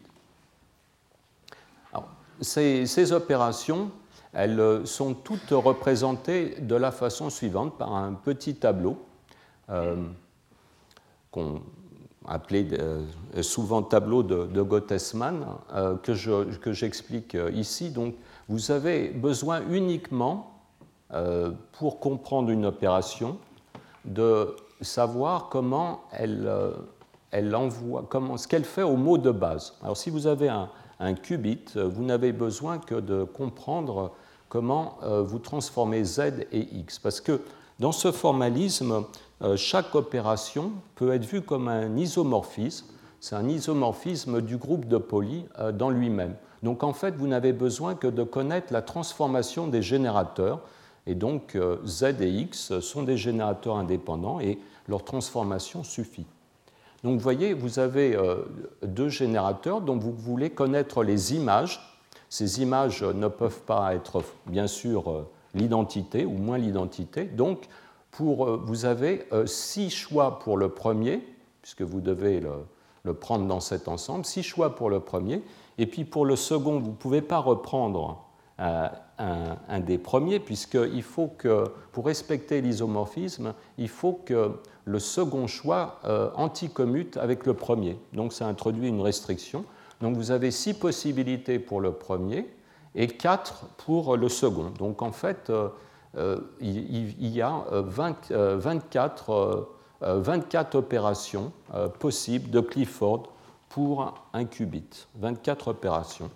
Alors, ces, ces opérations, elles sont toutes représentées de la façon suivante par un petit tableau euh, qu'on appelait euh, souvent tableau de, de Gottesman, euh, que, je, que j'explique ici. Donc, vous avez besoin uniquement, euh, pour comprendre une opération, de savoir comment elle, euh, elle envoie, comment, ce qu'elle fait au mot de base. Alors, si vous avez un, un qubit, vous n'avez besoin que de comprendre comment euh, vous transformez Z et X. Parce que dans ce formalisme, euh, chaque opération peut être vue comme un isomorphisme. C'est un isomorphisme du groupe de Pauli euh, dans lui-même. Donc en fait, vous n'avez besoin que de connaître la transformation des générateurs. Et donc euh, Z et X sont des générateurs indépendants et leur transformation suffit. Donc vous voyez, vous avez euh, deux générateurs dont vous voulez connaître les images. Ces images ne peuvent pas être, bien sûr, l'identité ou moins l'identité. Donc, pour, vous avez six choix pour le premier, puisque vous devez le, le prendre dans cet ensemble, six choix pour le premier. Et puis, pour le second, vous ne pouvez pas reprendre un, un, un des premiers, puisqu'il faut que, pour respecter l'isomorphisme, il faut que le second choix euh, anticommute avec le premier. Donc, ça introduit une restriction. Donc vous avez six possibilités pour le premier et quatre pour le second. Donc en fait, euh, euh, il, il y a vingt, euh, vingt-quatre, euh, vingt-quatre opérations euh, possibles de Clifford pour un qubit. vingt-quatre opérations.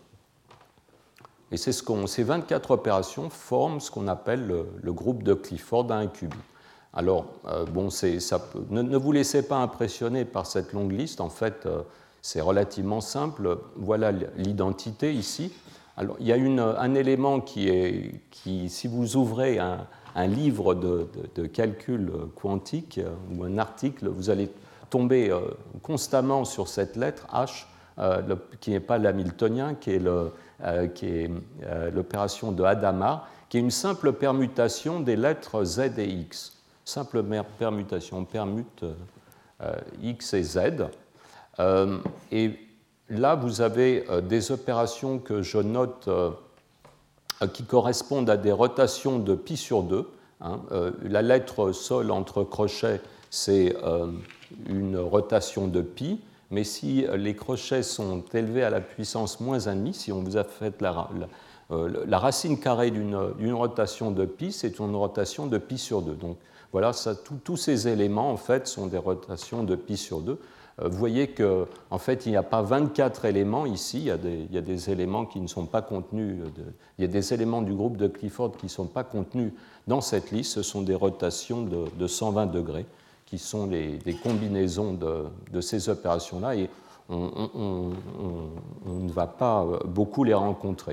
Et c'est ce qu'on, ces vingt-quatre opérations forment ce qu'on appelle le, le groupe de Clifford à un qubit. Alors, euh, bon, c'est, ça peut, ne, ne vous laissez pas impressionner par cette longue liste. En fait, euh, c'est relativement simple. Voilà l'identité ici. Alors, il y a une, un élément qui est, qui, si vous ouvrez un, un livre de, de, de calcul quantique ou un article, vous allez tomber euh, constamment sur cette lettre H, euh, le, qui n'est pas l'hamiltonien, qui est, le, euh, qui est euh, l'opération de Hadamard, qui est une simple permutation des lettres Z et X. Simple permutation, on permute euh, X et Z. Euh, et là, vous avez euh, des opérations que je note euh, qui correspondent à des rotations de pi sur deux. Hein. Euh, la lettre Sol entre crochets, c'est euh, une rotation de pi, mais si les crochets sont élevés à la puissance moins un demi, si on vous a fait la, euh, la racine carrée d'une rotation de pi, c'est une rotation de pi sur deux. Donc voilà, ça, tout, tous ces éléments en fait sont des rotations de pi sur deux. Vous voyez qu'en en fait, il n'y a pas vingt-quatre éléments ici, il y, a des, il y a des éléments qui ne sont pas contenus, de, il y a des éléments du groupe de Clifford qui ne sont pas contenus dans cette liste, ce sont des rotations de, de cent vingt degrés, qui sont les, des combinaisons de, de ces opérations-là, et on, on, on, on ne va pas beaucoup les rencontrer.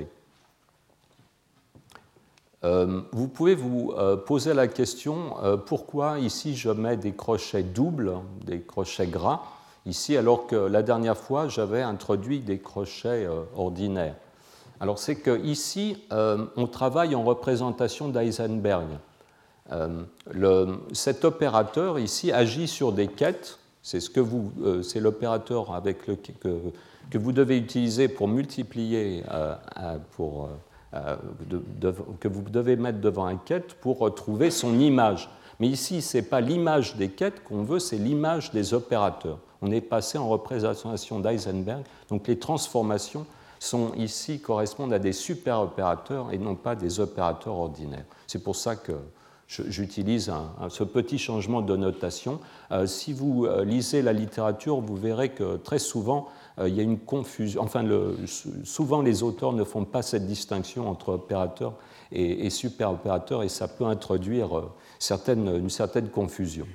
Euh, vous pouvez vous euh, poser la question, euh, pourquoi ici je mets des crochets doubles, des crochets gras, ici, alors que la dernière fois, j'avais introduit des crochets euh, ordinaires. Alors, c'est qu'ici, euh, on travaille en représentation d'Heisenberg. Euh, le, cet opérateur, ici, agit sur des quêtes. C'est ce que vous, euh, c'est l'opérateur avec le, que, que vous devez utiliser pour multiplier, euh, pour, euh, de, de, que vous devez mettre devant un quête pour retrouver son image. Mais ici, ce n'est pas l'image des quêtes qu'on veut, c'est l'image des opérateurs. On est passé en représentation d'Heisenberg, donc les transformations sont ici, correspondent à des super-opérateurs et non pas des opérateurs ordinaires. C'est pour ça que j'utilise un, un, ce petit changement de notation. Euh, si vous euh, lisez la littérature, vous verrez que très souvent, euh, il y a une confusion. Enfin, le, souvent, les auteurs ne font pas cette distinction entre opérateurs et, et super-opérateurs, et ça peut introduire euh, certaine, une certaine confusion.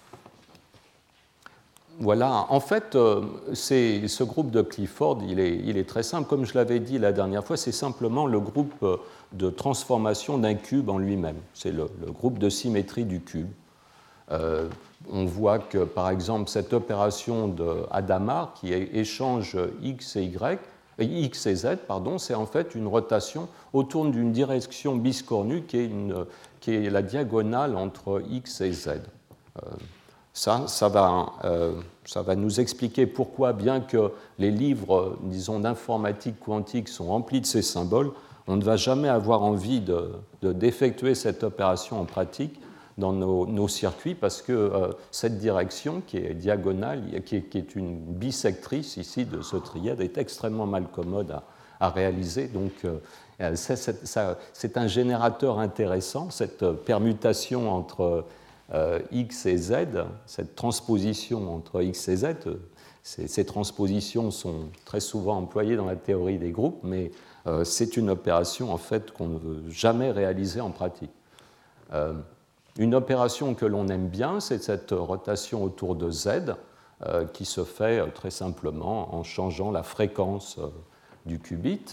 Voilà, en fait, euh, ce groupe de Clifford, il est, il est très simple. Comme je l'avais dit la dernière fois, c'est simplement le groupe de transformation d'un cube en lui-même. C'est le, le groupe de symétrie du cube. Euh, on voit que, par exemple, cette opération de Hadamard, qui échange x et y, x et z, pardon, c'est en fait une rotation autour d'une direction biscornue qui est, une, qui est la diagonale entre x et z. Euh, Ça, ça va, euh, ça va nous expliquer pourquoi, bien que les livres, disons, d'informatique quantique sont remplis de ces symboles, on ne va jamais avoir envie de, de, d'effectuer cette opération en pratique dans nos, nos circuits, parce que euh, cette direction, qui est diagonale, qui est, qui est une bisectrice ici de ce trièdre, est extrêmement mal commode à, à réaliser. Donc, euh, c'est, c'est, ça, c'est un générateur intéressant, cette permutation entre Euh, x et z, cette transposition entre x et z, ces, ces transpositions sont très souvent employées dans la théorie des groupes, mais euh, c'est une opération en fait qu'on ne veut jamais réaliser en pratique. Euh, une opération que l'on aime bien, c'est cette rotation autour de z, euh, qui se fait euh, très simplement en changeant la fréquence euh, du qubit.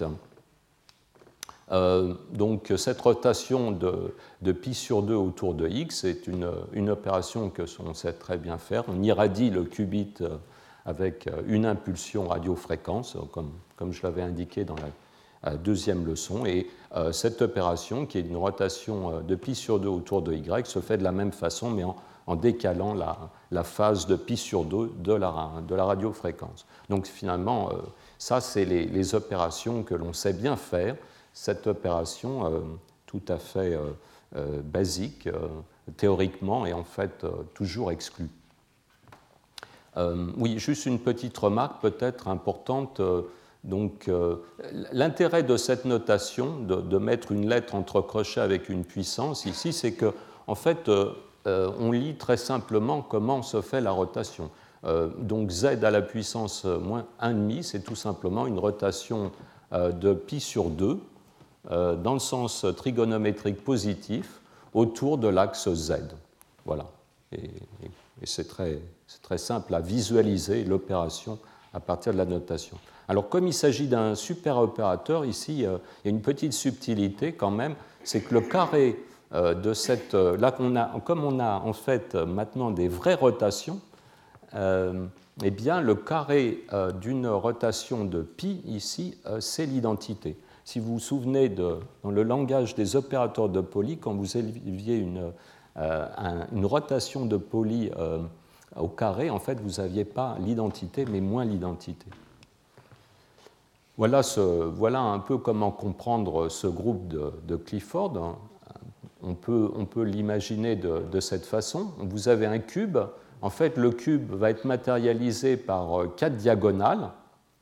Euh, donc cette rotation de, de pi sur deux autour de x est une, une opération que on sait très bien faire. On irradie le qubit avec une impulsion radiofréquence, comme, comme je l'avais indiqué dans la, la deuxième leçon. Et euh, cette opération, qui est une rotation de pi sur deux autour de y, se fait de la même façon, mais en, en décalant la, la phase de pi sur deux de la, de la radiofréquence. Donc finalement, euh, ça, c'est les, les opérations que l'on sait bien faire. Cette opération euh, tout à fait euh, euh, basique, euh, théoriquement, est en fait euh, toujours exclue. Euh, oui, juste une petite remarque peut-être importante. Euh, donc, euh, l'intérêt de cette notation, de, de mettre une lettre entre crochets avec une puissance ici, c'est que en fait, euh, euh, on lit très simplement comment se fait la rotation. Euh, donc, z à la puissance moins un virgule cinq, c'est tout simplement une rotation euh, de pi sur deux, dans le sens trigonométrique positif autour de l'axe Z. Voilà. Et, et, et c'est, très, c'est très simple à visualiser l'opération à partir de la notation. Alors, comme il s'agit d'un super opérateur, ici, euh, il y a une petite subtilité quand même, c'est que le carré euh, de cette... Euh, là, qu'on a, comme on a en fait maintenant des vraies rotations, euh, eh bien, le carré euh, d'une rotation de pi, ici, euh, c'est l'identité. Si vous vous souvenez, de, dans le langage des opérateurs de Pauli, quand vous aviez une, euh, un, une rotation de Pauli euh, au carré, en fait, vous n'aviez pas l'identité, mais moins l'identité. Voilà, ce, voilà un peu comment comprendre ce groupe de, de Clifford. On peut, on peut l'imaginer de, de cette façon. Vous avez un cube. En fait, le cube va être matérialisé par quatre diagonales.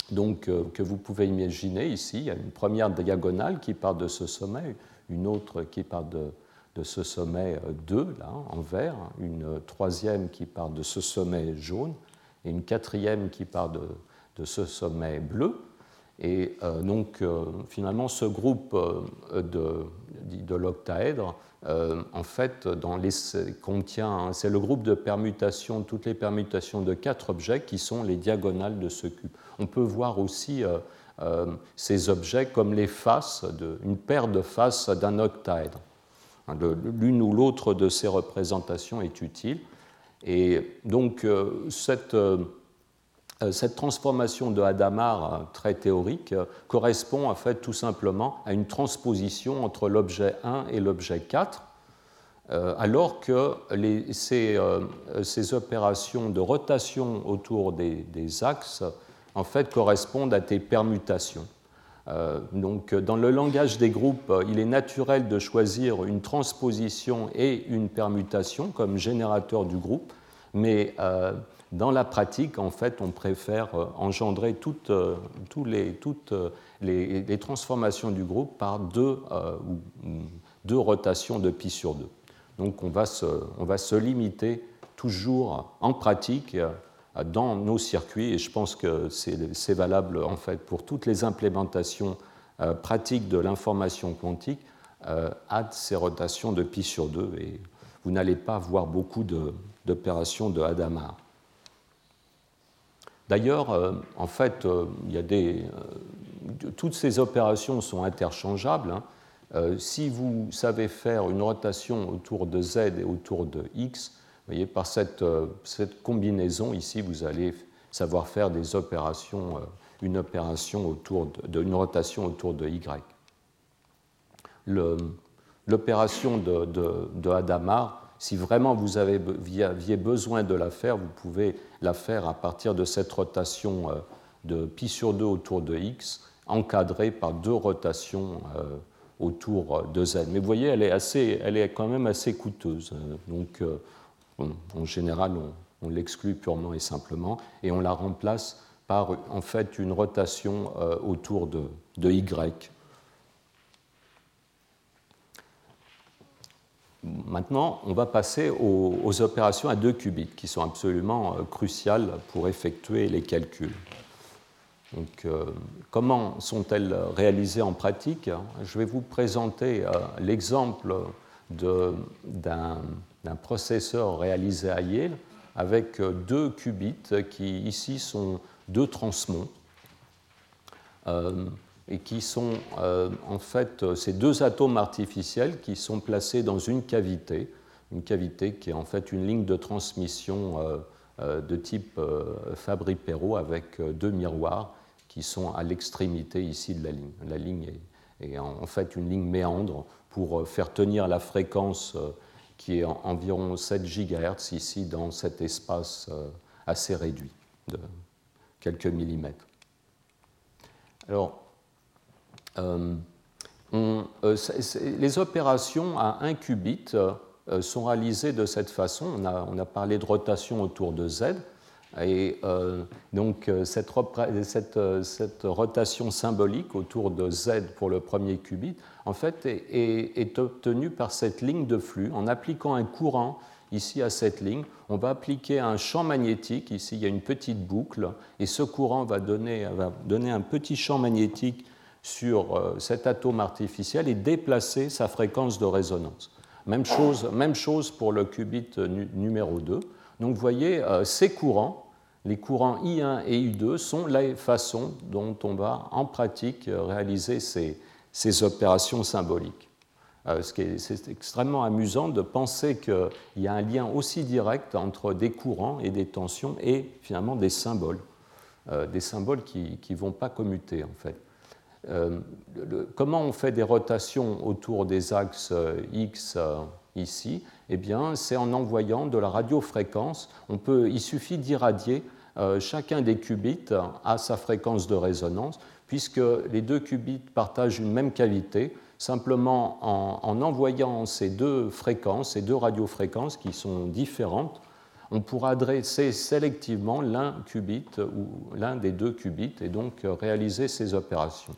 donc, euh, que vous pouvez imaginer ici. Il y a une première diagonale qui part de ce sommet, une autre qui part de, de ce sommet deux, là, en vert, une troisième qui part de ce sommet jaune, et une quatrième qui part de, de ce sommet bleu. Et euh, donc, euh, finalement, ce groupe euh, de, de l'octaèdre, euh, en fait, dans les, contient, c'est le groupe de permutations, toutes les permutations de quatre objets qui sont les diagonales de ce cube. On peut voir aussi euh, euh, ces objets comme les faces, de, une paire de faces d'un octaèdre. L'une ou l'autre de ces représentations est utile. Et donc, euh, cette, euh, cette transformation de Hadamard euh, très théorique euh, correspond en fait tout simplement à une transposition entre l'objet un et l'objet quatre, euh, alors que les, ces, euh, ces opérations de rotation autour des, des axes en fait correspondent à des permutations. Euh, donc, dans le langage des groupes, il est naturel de choisir une transposition et une permutation comme générateur du groupe, mais euh, dans la pratique, en fait, on préfère engendrer toutes, euh, tous les, toutes les, les transformations du groupe par deux, euh, deux rotations de pi sur deux. Donc, on va se, on va se limiter toujours en pratique dans nos circuits, et je pense que c'est valable en fait pour toutes les implémentations euh, pratiques de l'information quantique euh, à ces rotations de pi sur deux, et vous n'allez pas voir beaucoup d'opérations de, de Hadamard. D'ailleurs, euh, en fait, euh, il y a des, euh, toutes ces opérations sont interchangeables. Hein. Euh, si vous savez faire une rotation autour de Z et autour de X, vous voyez, par cette, cette combinaison, ici, vous allez savoir faire des opérations, une opération autour de, de une rotation autour de Y. L'opération de, de, de Hadamard, si vraiment vous avez, aviez besoin de la faire, vous pouvez la faire à partir de cette rotation de pi sur deux autour de X, encadrée par deux rotations autour de Z. Mais vous voyez, elle est, assez, elle est quand même assez coûteuse. Donc, en général, on, on l'exclut purement et simplement, et on la remplace par en fait une rotation euh, autour de, de Y. Maintenant, on va passer aux, aux opérations à deux qubits, qui sont absolument euh, cruciales pour effectuer les calculs. Donc, euh, comment sont-elles réalisées en pratique? Je vais vous présenter euh, l'exemple d'un d'un processeur réalisé à Yale avec deux qubits qui ici sont deux transmons euh, et qui sont euh, en fait ces deux atomes artificiels qui sont placés dans une cavité, une cavité qui est en fait une ligne de transmission euh, euh, de type euh, Fabry-Perot avec deux miroirs qui sont à l'extrémité ici de la ligne. La ligne est, est en fait une ligne méandre pour faire tenir la fréquence euh, qui est environ sept gigahertz ici dans cet espace assez réduit de quelques millimètres. Alors, euh, on, euh, c est, c est, les opérations à un qubit euh, sont réalisées de cette façon. On a, on a parlé de rotation autour de Z, et euh, donc cette, cette, cette rotation symbolique autour de Z pour le premier qubit, en fait, est, est, est obtenue par cette ligne de flux. En appliquant un courant ici à cette ligne, on va appliquer un champ magnétique. Ici, il y a une petite boucle, et ce courant va donner, va donner un petit champ magnétique sur euh, cet atome artificiel et déplacer sa fréquence de résonance. Même chose, même chose pour le qubit nu numéro deux. Donc vous voyez, euh, ces courants, les courants I un et I deux, sont la façon dont on va en pratique réaliser ces, ces opérations symboliques. Euh, c'est extrêmement amusant de penser qu'il y a un lien aussi direct entre des courants et des tensions et finalement des symboles, euh, des symboles qui ne vont pas commuter en fait. Euh, le, comment on fait des rotations autour des axes X euh, ici? Eh bien, c'est en envoyant de la radiofréquence. On peut, il suffit d'irradier euh, chacun des qubits à sa fréquence de résonance, puisque les deux qubits partagent une même cavité. Simplement, en, en envoyant ces deux fréquences, ces deux radiofréquences qui sont différentes, on pourra adresser sélectivement l'un qubit ou l'un des deux qubits et donc réaliser ces opérations.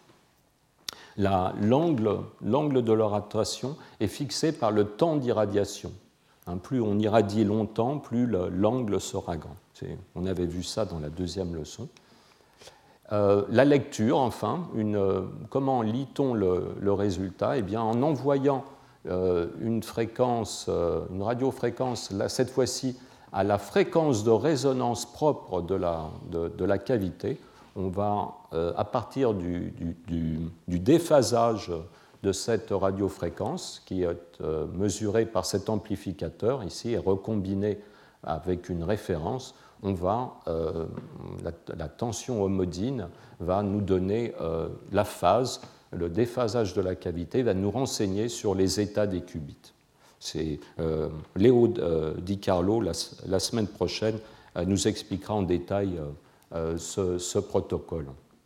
L'angle, l'angle de leur rotation est fixé par le temps d'irradiation. Hein, plus on irradie longtemps, plus le, l'angle sera grand. C'est, on avait vu ça dans la deuxième leçon. Euh, la lecture, enfin, une, euh, comment lit-on le, le résultat? Eh bien, en envoyant euh, une fréquence, euh, une radiofréquence, là, cette fois-ci à la fréquence de résonance propre de la, de, de la cavité, on va, euh, à partir du, du, du, du déphasage de cette radiofréquence, qui est euh, mesurée par cet amplificateur ici et recombinée avec une référence, on va, euh, la, la tension homodine va nous donner euh, la phase, le déphasage de la cavité va nous renseigner sur les états des qubits. C'est, euh, Léo euh, Di Carlo, la, la semaine prochaine, euh, nous expliquera en détail euh, euh, ce, ce protocole.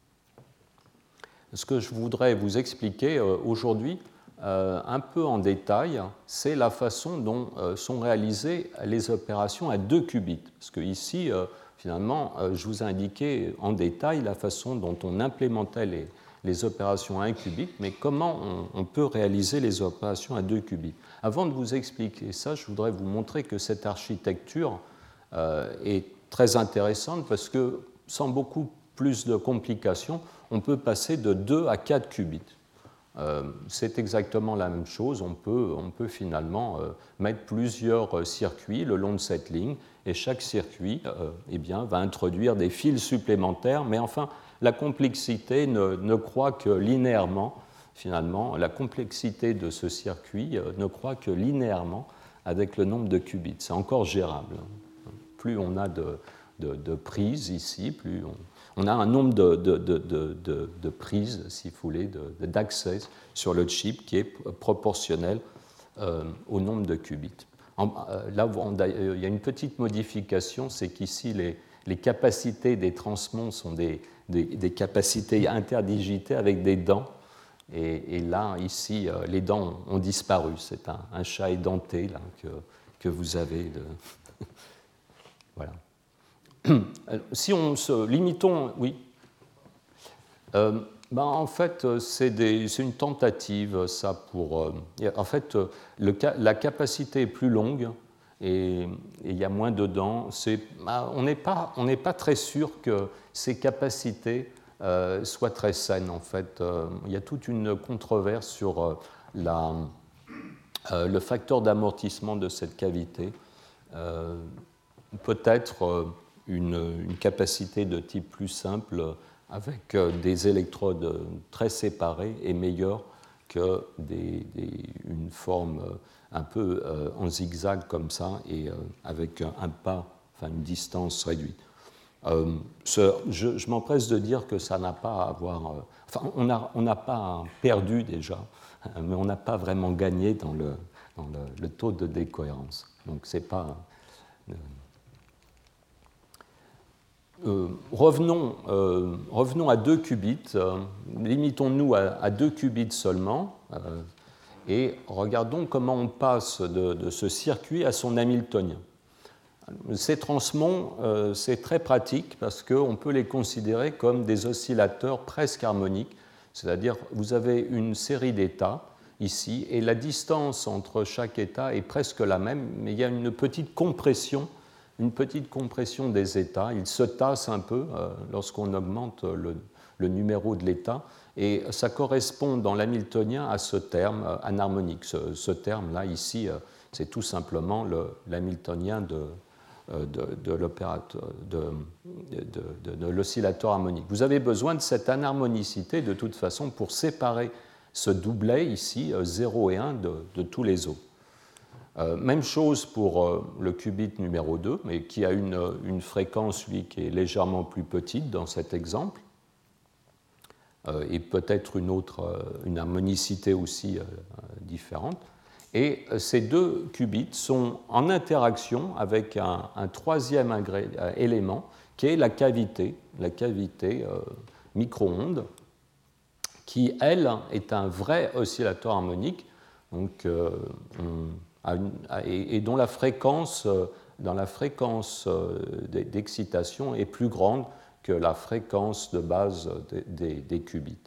Ce que je voudrais vous expliquer euh, aujourd'hui, euh, un peu en détail, c'est la façon dont euh, sont réalisées les opérations à deux qubits. Parce que ici, euh, finalement, euh, je vous ai indiqué en détail la façon dont on implémentait les, les opérations à un qubit, mais comment on, on peut réaliser les opérations à deux qubits. Avant de vous expliquer ça, je voudrais vous montrer que cette architecture euh, est très intéressante parce que, sans beaucoup plus de complications, on peut passer de deux à quatre qubits. Euh, c'est exactement la même chose. On peut, on peut finalement euh, mettre plusieurs circuits le long de cette ligne et chaque circuit euh, eh bien, va introduire des fils supplémentaires. Mais enfin, la complexité ne, ne croît que linéairement. Finalement, la complexité de ce circuit euh, ne croît que linéairement avec le nombre de qubits. C'est encore gérable. Plus on a de, de, de prises ici, plus on... On a un nombre de, de, de, de, de prises, si vous voulez, d'accès sur le chip qui est proportionnel euh, au nombre de qubits. En, euh, là, on, il y a une petite modification, c'est qu'ici, les, les capacités des transmons sont des, des, des capacités interdigitées avec des dents. Et, et là, ici, euh, les dents ont disparu. C'est un, un chat édenté là, que, que vous avez. De... voilà. Si on se limitons, oui, euh, ben en fait, c'est, des, c'est une tentative, ça, pour. Euh, en fait, le, la capacité est plus longue et il y a moins de dents. C'est, ben, on n'est pas, on n'est pas très sûr que ces capacités euh, soient très saines, en fait. Euh, il y a toute une controverse sur euh, la, euh, le facteur d'amortissement de cette cavité. Euh, peut-être. Euh, Une, une capacité de type plus simple avec des électrodes très séparées est meilleure que des, des, une forme un peu euh, en zigzag comme ça et euh, avec un pas, enfin une distance réduite. Euh, ce, je, je m'empresse de dire que ça n'a pas à avoir... Euh, enfin, on n'a on n'a pas perdu déjà, mais on n'a pas vraiment gagné dans le, dans le, le taux de décohérence. Donc c'est pas... Euh, Euh, revenons, euh, revenons à deux qubits, euh, limitons-nous à, à deux qubits seulement, euh, et regardons comment on passe de, de ce circuit à son hamiltonien. Ces transmons, euh, c'est très pratique parce qu'on peut les considérer comme des oscillateurs presque harmoniques, c'est-à-dire vous avez une série d'états ici, et la distance entre chaque état est presque la même, mais il y a une petite compression une petite compression des états. Ils se tassent un peu euh, lorsqu'on augmente le, le numéro de l'état, et ça correspond dans l'hamiltonien à ce terme euh, anharmonique. Ce, ce terme-là, ici, euh, c'est tout simplement le, l'hamiltonien de, euh, de, de, l'opérateur, de, de, de, de l'oscillateur harmonique. Vous avez besoin de cette anharmonicité, de toute façon, pour séparer ce doublet, ici, euh, zéro et un, de, de tous les autres. Euh, même chose pour euh, le qubit numéro deux, mais qui a une, une fréquence, lui, qui est légèrement plus petite dans cet exemple, euh, et peut-être une autre, euh, une harmonicité aussi euh, différente. Et euh, ces deux qubits sont en interaction avec un, un troisième agré- euh, élément, qui est la cavité, la cavité euh, micro-ondes, qui, elle, est un vrai oscillateur harmonique. Donc, euh, on, et dont la fréquence dans la fréquence d'excitation est plus grande que la fréquence de base des, des, des qubits.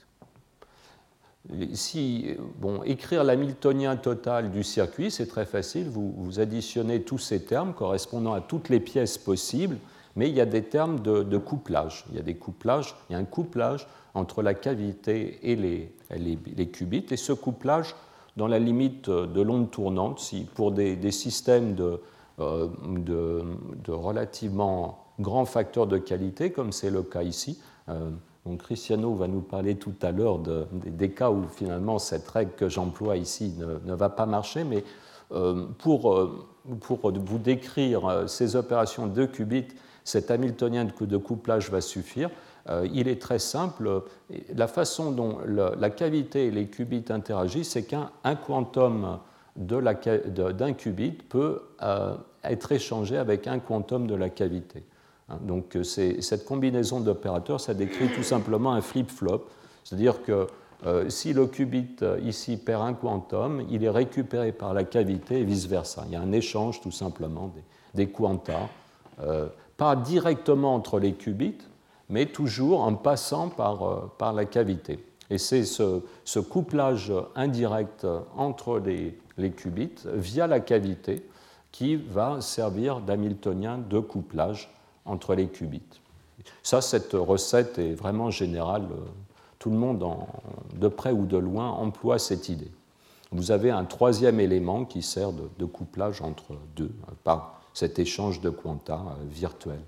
Si, bon, écrire l'hamiltonien total du circuit, c'est très facile. Vous, vous additionnez tous ces termes correspondant à toutes les pièces possibles, mais il y a des termes de, de couplage. Il y a des couplages, il y a un couplage entre la cavité et les, les, les qubits, et ce couplage, dans la limite de l'onde tournante, si pour des, des systèmes de, euh, de, de relativement grands facteurs de qualité, comme c'est le cas ici, euh, donc Cristiano va nous parler tout à l'heure de, de, des cas où finalement cette règle que j'emploie ici ne, ne va pas marcher, mais euh, pour, euh, pour vous décrire ces opérations de qubits, cet hamiltonien de couplage va suffire. Euh, il est très simple. La façon dont le, la cavité et les qubits interagissent, c'est qu'un un quantum de la, de, d'un qubit peut euh, être échangé avec un quantum de la cavité. Donc c'est, cette combinaison d'opérateurs, ça décrit tout simplement un flip-flop, c'est-à-dire que euh, si le qubit euh, ici perd un quantum, il est récupéré par la cavité et vice-versa. Il y a un échange tout simplement des, des quanta, euh, pas directement entre les qubits, mais toujours en passant par, euh, par la cavité. Et c'est ce, ce couplage indirect entre les, les qubits via la cavité qui va servir d'hamiltonien de couplage entre les qubits. Ça, cette recette est vraiment générale. Tout le monde, en, de près ou de loin, emploie cette idée. Vous avez un troisième élément qui sert de, de couplage entre deux, par cet échange de quanta euh, virtuel.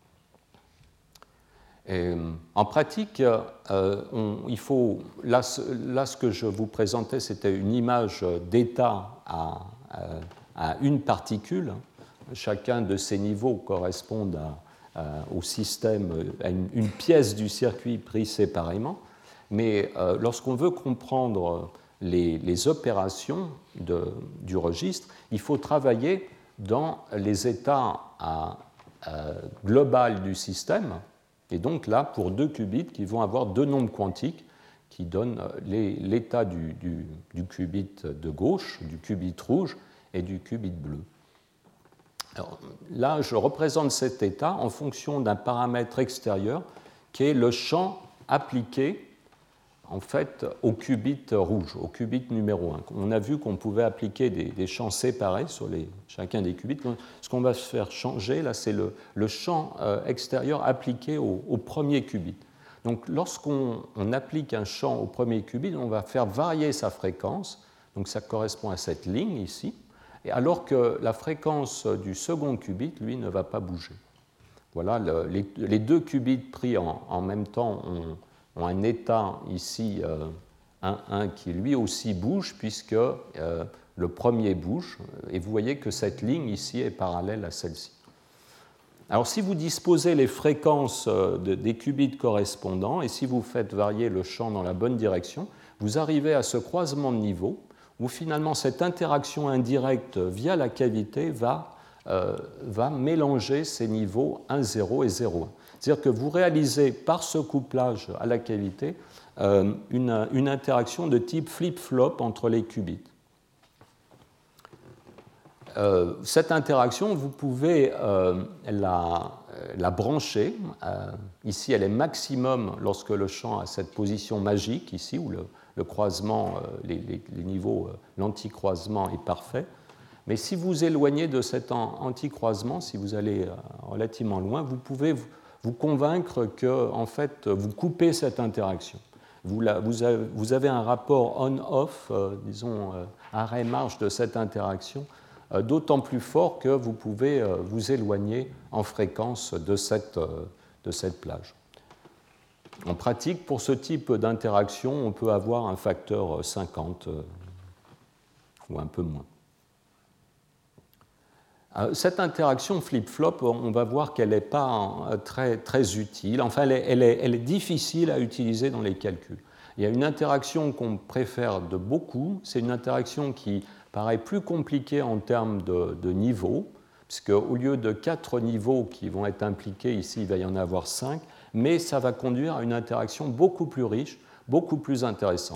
Et, en pratique, euh, on, il faut, là, là, ce que je vous présentais, c'était une image d'état à, à, à une particule. Chacun de ces niveaux correspond à au système, à une, une pièce du circuit prise séparément, mais euh, lorsqu'on veut comprendre les, les opérations de, du registre, il faut travailler dans les états à, à, global du système, et donc là, pour deux qubits qui vont avoir deux nombres quantiques qui donnent les, l'état du, du, du qubit de gauche, du qubit rouge et du qubit bleu. Alors, là, je représente cet état en fonction d'un paramètre extérieur qui est le champ appliqué en fait, au qubit rouge, au qubit numéro un. On a vu qu'on pouvait appliquer des, des champs séparés sur les, chacun des qubits. Ce qu'on va se faire changer, là, c'est le, le champ euh, extérieur appliqué au, au premier qubit. Donc, lorsqu'on on applique un champ au premier qubit, on va faire varier sa fréquence. Donc, ça correspond à cette ligne ici. Et alors que la fréquence du second qubit, lui, ne va pas bouger. Voilà, le, les, les deux qubits pris en, en même temps ont, ont un état ici, euh, un, un qui lui aussi bouge, puisque euh, le premier bouge. Et vous voyez que cette ligne ici est parallèle à celle-ci. Alors, si vous disposez les fréquences de, des qubits correspondants, et si vous faites varier le champ dans la bonne direction, vous arrivez à ce croisement de niveaux, où finalement cette interaction indirecte via la cavité va, euh, va mélanger ces niveaux un, zéro et zéro, un. C'est-à-dire que vous réalisez par ce couplage à la cavité euh, une, une interaction de type flip-flop entre les qubits. Euh, cette interaction, vous pouvez euh, la, la brancher. Euh, ici, elle est maximum lorsque le champ a cette position magique, ici, où le, le croisement, euh, les, les, les niveaux, euh, l'anticroisement est parfait. Mais si vous éloignez de cet anticroisement, si vous allez euh, relativement loin, vous pouvez vous, vous convaincre que, en fait, vous coupez cette interaction. Vous, la, vous, avez, vous avez un rapport on-off, euh, disons, euh, arrêt-marche de cette interaction, d'autant plus fort que vous pouvez vous éloigner en fréquence de cette, de cette plage. En pratique, pour ce type d'interaction, on peut avoir un facteur cinquante ou un peu moins. Cette interaction flip-flop, on va voir qu'elle n'est pas très, très utile. Enfin, elle est, elle, est, elle est difficile à utiliser dans les calculs. Il y a une interaction qu'on préfère de beaucoup, c'est une interaction qui paraît plus compliqué en termes de, de niveaux, puisque au lieu de quatre niveaux qui vont être impliqués, ici il va y en avoir cinq, mais ça va conduire à une interaction beaucoup plus riche, beaucoup plus intéressante.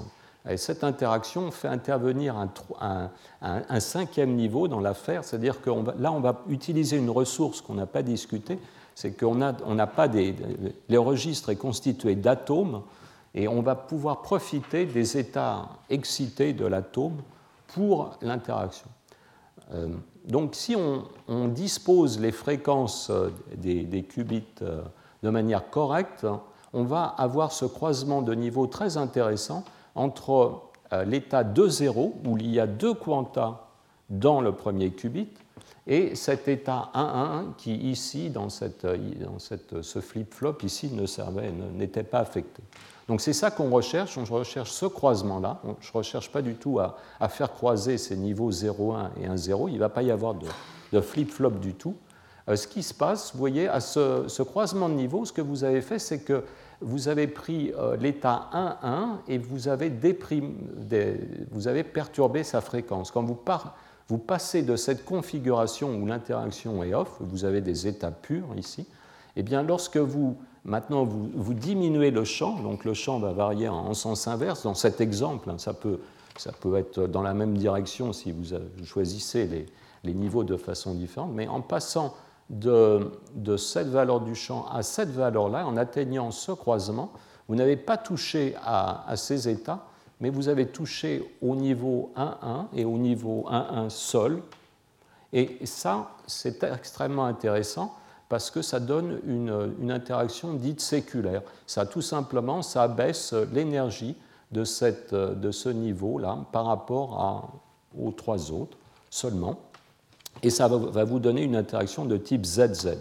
Et cette interaction fait intervenir un, un, un, un cinquième niveau dans l'affaire, c'est-à-dire que on va, là, on va utiliser une ressource qu'on n'a pas discutée, c'est qu'on n'a on n'a pas des... Les registres est constitué d'atomes, et on va pouvoir profiter des états excités de l'atome pour l'interaction. Euh, donc, si on, on dispose les fréquences des, des qubits euh, de manière correcte, on va avoir ce croisement de niveau très intéressant entre euh, l'état deux zéro, où il y a deux quanta dans le premier qubit, et cet état un un qui, ici, dans, cette, dans cette, ce flip-flop, ici, ne servait, n'était pas affecté. Donc c'est ça qu'on recherche, on recherche ce croisement-là. Je ne recherche pas du tout à, à faire croiser ces niveaux zéro un et un zéro, il ne va pas y avoir de, de flip-flop du tout. Euh, ce qui se passe, vous voyez, à ce, ce croisement de niveaux, ce que vous avez fait, c'est que vous avez pris euh, l'état un un et vous avez, déprim, des, vous avez perturbé sa fréquence. Quand vous, par, vous passez de cette configuration où l'interaction est off, vous avez des états purs ici, et bien lorsque vous, maintenant vous, vous diminuez le champ, donc le champ va varier en, en sens inverse, dans cet exemple, hein, ça, peut, ça peut être dans la même direction si vous, vous choisissez les, les niveaux de façon différente, mais en passant de, de cette valeur du champ à cette valeur-là, en atteignant ce croisement, vous n'avez pas touché à, à ces états, mais vous avez touché au niveau un un et au niveau un un sol. Et ça, c'est extrêmement intéressant parce que ça donne une, une interaction dite séculaire. Ça, tout simplement, ça abaisse l'énergie de, cette, de ce niveau-là par rapport à, aux trois autres seulement. Et ça va vous donner une interaction de type Z Z.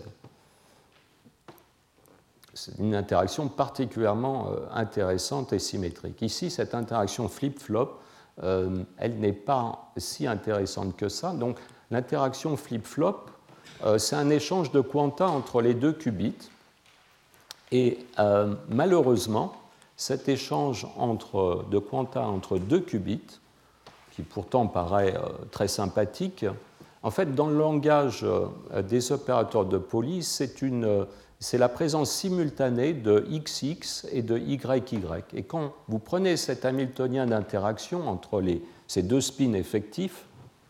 C'est une interaction particulièrement intéressante et symétrique. Ici, cette interaction flip-flop, euh, elle n'est pas si intéressante que ça. Donc, l'interaction flip-flop, euh, c'est un échange de quanta entre les deux qubits. Et euh, malheureusement, cet échange entre, de quanta entre deux qubits, qui pourtant paraît euh, très sympathique, en fait, dans le langage des opérateurs de Pauli, c'est, une, c'est la présence simultanée de X X et de Y Y. Et quand vous prenez cet hamiltonien d'interaction entre les, ces deux spins effectifs,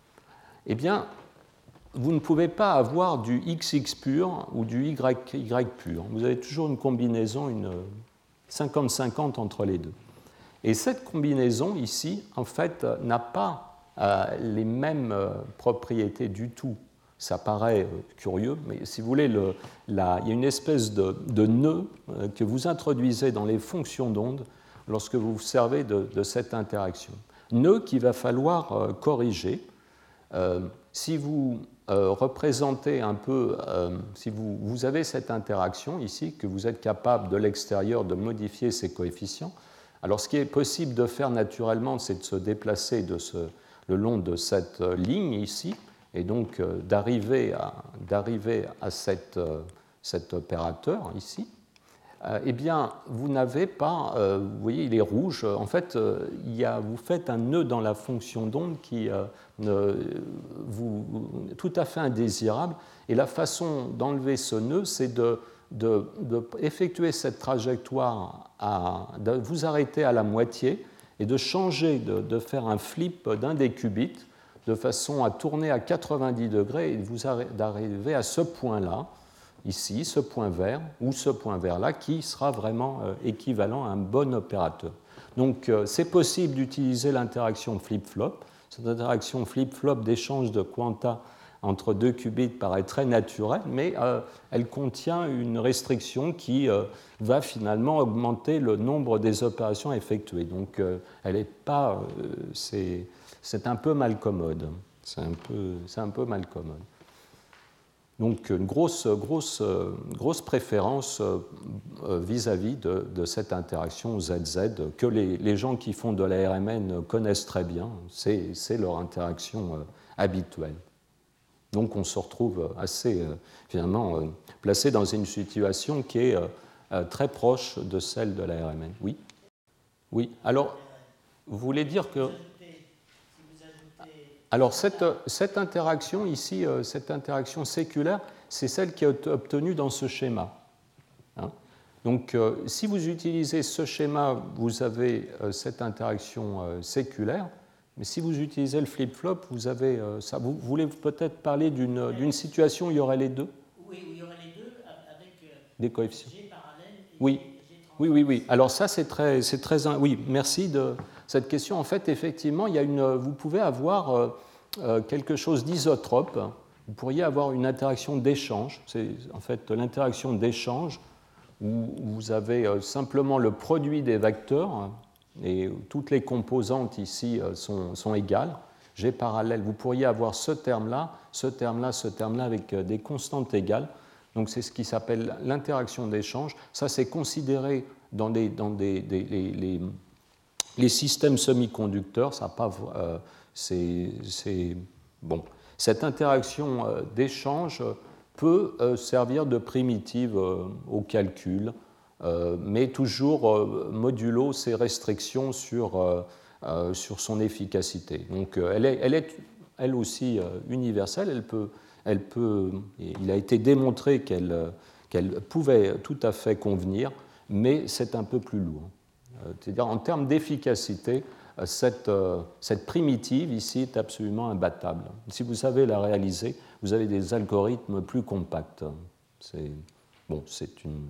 eh bien, vous ne pouvez pas avoir du X X pur ou du Y Y pur. Vous avez toujours une combinaison, une cinquante cinquante entre les deux. Et cette combinaison ici, en fait, n'a pas Euh, les mêmes euh, propriétés du tout. Ça paraît euh, curieux, mais si vous voulez, le, la, il y a une espèce de, de nœud euh, que vous introduisez dans les fonctions d'onde lorsque vous vous servez de, de cette interaction. Nœud qu'il va falloir euh, corriger. Euh, si vous euh, représentez un peu, euh, si vous, vous avez cette interaction ici, que vous êtes capable de l'extérieur de modifier ses coefficients, alors ce qui est possible de faire naturellement, c'est de se déplacer de ce le long de cette ligne ici, et donc euh, d'arriver à, d'arriver à cette, euh, cet opérateur ici, euh, eh bien, vous n'avez pas, euh, vous voyez, il est rouge, en fait, euh, il y a, vous faites un nœud dans la fonction d'onde qui est euh, vous, tout à fait indésirable, et la façon d'enlever ce nœud, c'est de, de, de effectuer cette trajectoire, à, de vous arrêter à la moitié, et de changer, de, de faire un flip d'un des qubits de façon à tourner à quatre-vingt-dix degrés et vous d'arriver à ce point-là, ici, ce point vert, ou ce point vert-là, qui sera vraiment euh, équivalent à un bon opérateur. Donc, euh, c'est possible d'utiliser l'interaction flip-flop. Cette interaction flip-flop d'échange de quanta entre deux qubits paraît très naturelle, mais euh, elle contient une restriction qui euh, va finalement augmenter le nombre des opérations effectuées. Donc, euh, elle est pas, euh, c'est, c'est un peu malcommode. C'est un peu, c'est un peu malcommode. Donc, une grosse, grosse, grosse préférence vis-à-vis de, de cette interaction Z Z que les, les gens qui font de l'A R M N connaissent très bien. C'est, c'est leur interaction habituelle. Donc on se retrouve assez, euh, finalement, euh, placé dans une situation qui est euh, très proche de celle de l'A R M N. Oui ? Oui. Alors, vous voulez dire que... Alors, cette, cette interaction ici, euh, cette interaction séculaire, c'est celle qui est obtenue dans ce schéma. Hein ? Donc, euh, si vous utilisez ce schéma, vous avez euh, cette interaction euh, séculaire. Mais si vous utilisez le flip-flop, vous avez euh, ça. Vous, vous voulez peut-être parler d'une, d'une situation où il y aurait les deux? Oui, où il y aurait les deux avec euh, des coefficients. G parallèle et Oui. G transverse. Oui, oui, oui. Alors ça, c'est très, c'est très... Oui, merci de cette question. En fait, effectivement, il y a une, vous pouvez avoir euh, euh, quelque chose d'isotrope. Vous pourriez avoir une interaction d'échange. C'est en fait l'interaction d'échange où vous avez euh, simplement le produit des vecteurs et toutes les composantes ici euh, sont, sont égales. G parallèle, vous pourriez avoir ce terme-là, ce terme-là, ce terme-là avec euh, des constantes égales. Donc c'est ce qui s'appelle l'interaction d'échange. Ça, c'est considéré dans, des, dans des, des, les, les, les systèmes semi-conducteurs. Ça pas, euh, c'est, c'est, bon. Cette interaction euh, d'échange peut euh, servir de primitive euh, au calcul, euh, mais toujours euh, modulo ses restrictions sur, euh, euh, sur son efficacité. Donc euh, elle, est, elle est elle aussi euh, universelle, elle peut... Elle peut, il a été démontré qu'elle, qu'elle pouvait tout à fait convenir, mais c'est un peu plus lourd. C'est-à-dire, en termes d'efficacité, cette, cette primitive ici est absolument imbattable. Si vous savez la réaliser, vous avez des algorithmes plus compacts. C'est, bon, c'est une...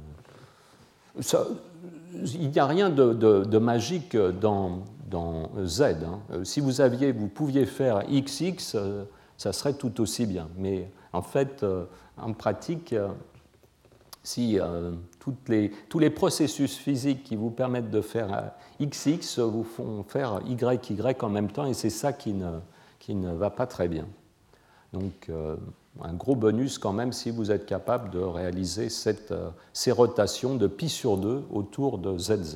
Ça, il n'y a rien de, de, de magique dans, dans Z. Hein. Si vous, aviez, vous pouviez faire X X, ça serait tout aussi bien. Mais en fait, euh, en pratique, euh, si euh, toutes les, tous les processus physiques qui vous permettent de faire euh, X X vous font faire Y Y en même temps, et c'est ça qui ne, qui ne va pas très bien. Donc, euh, un gros bonus quand même si vous êtes capable de réaliser cette, euh, ces rotations de pi sur deux autour de Z Z.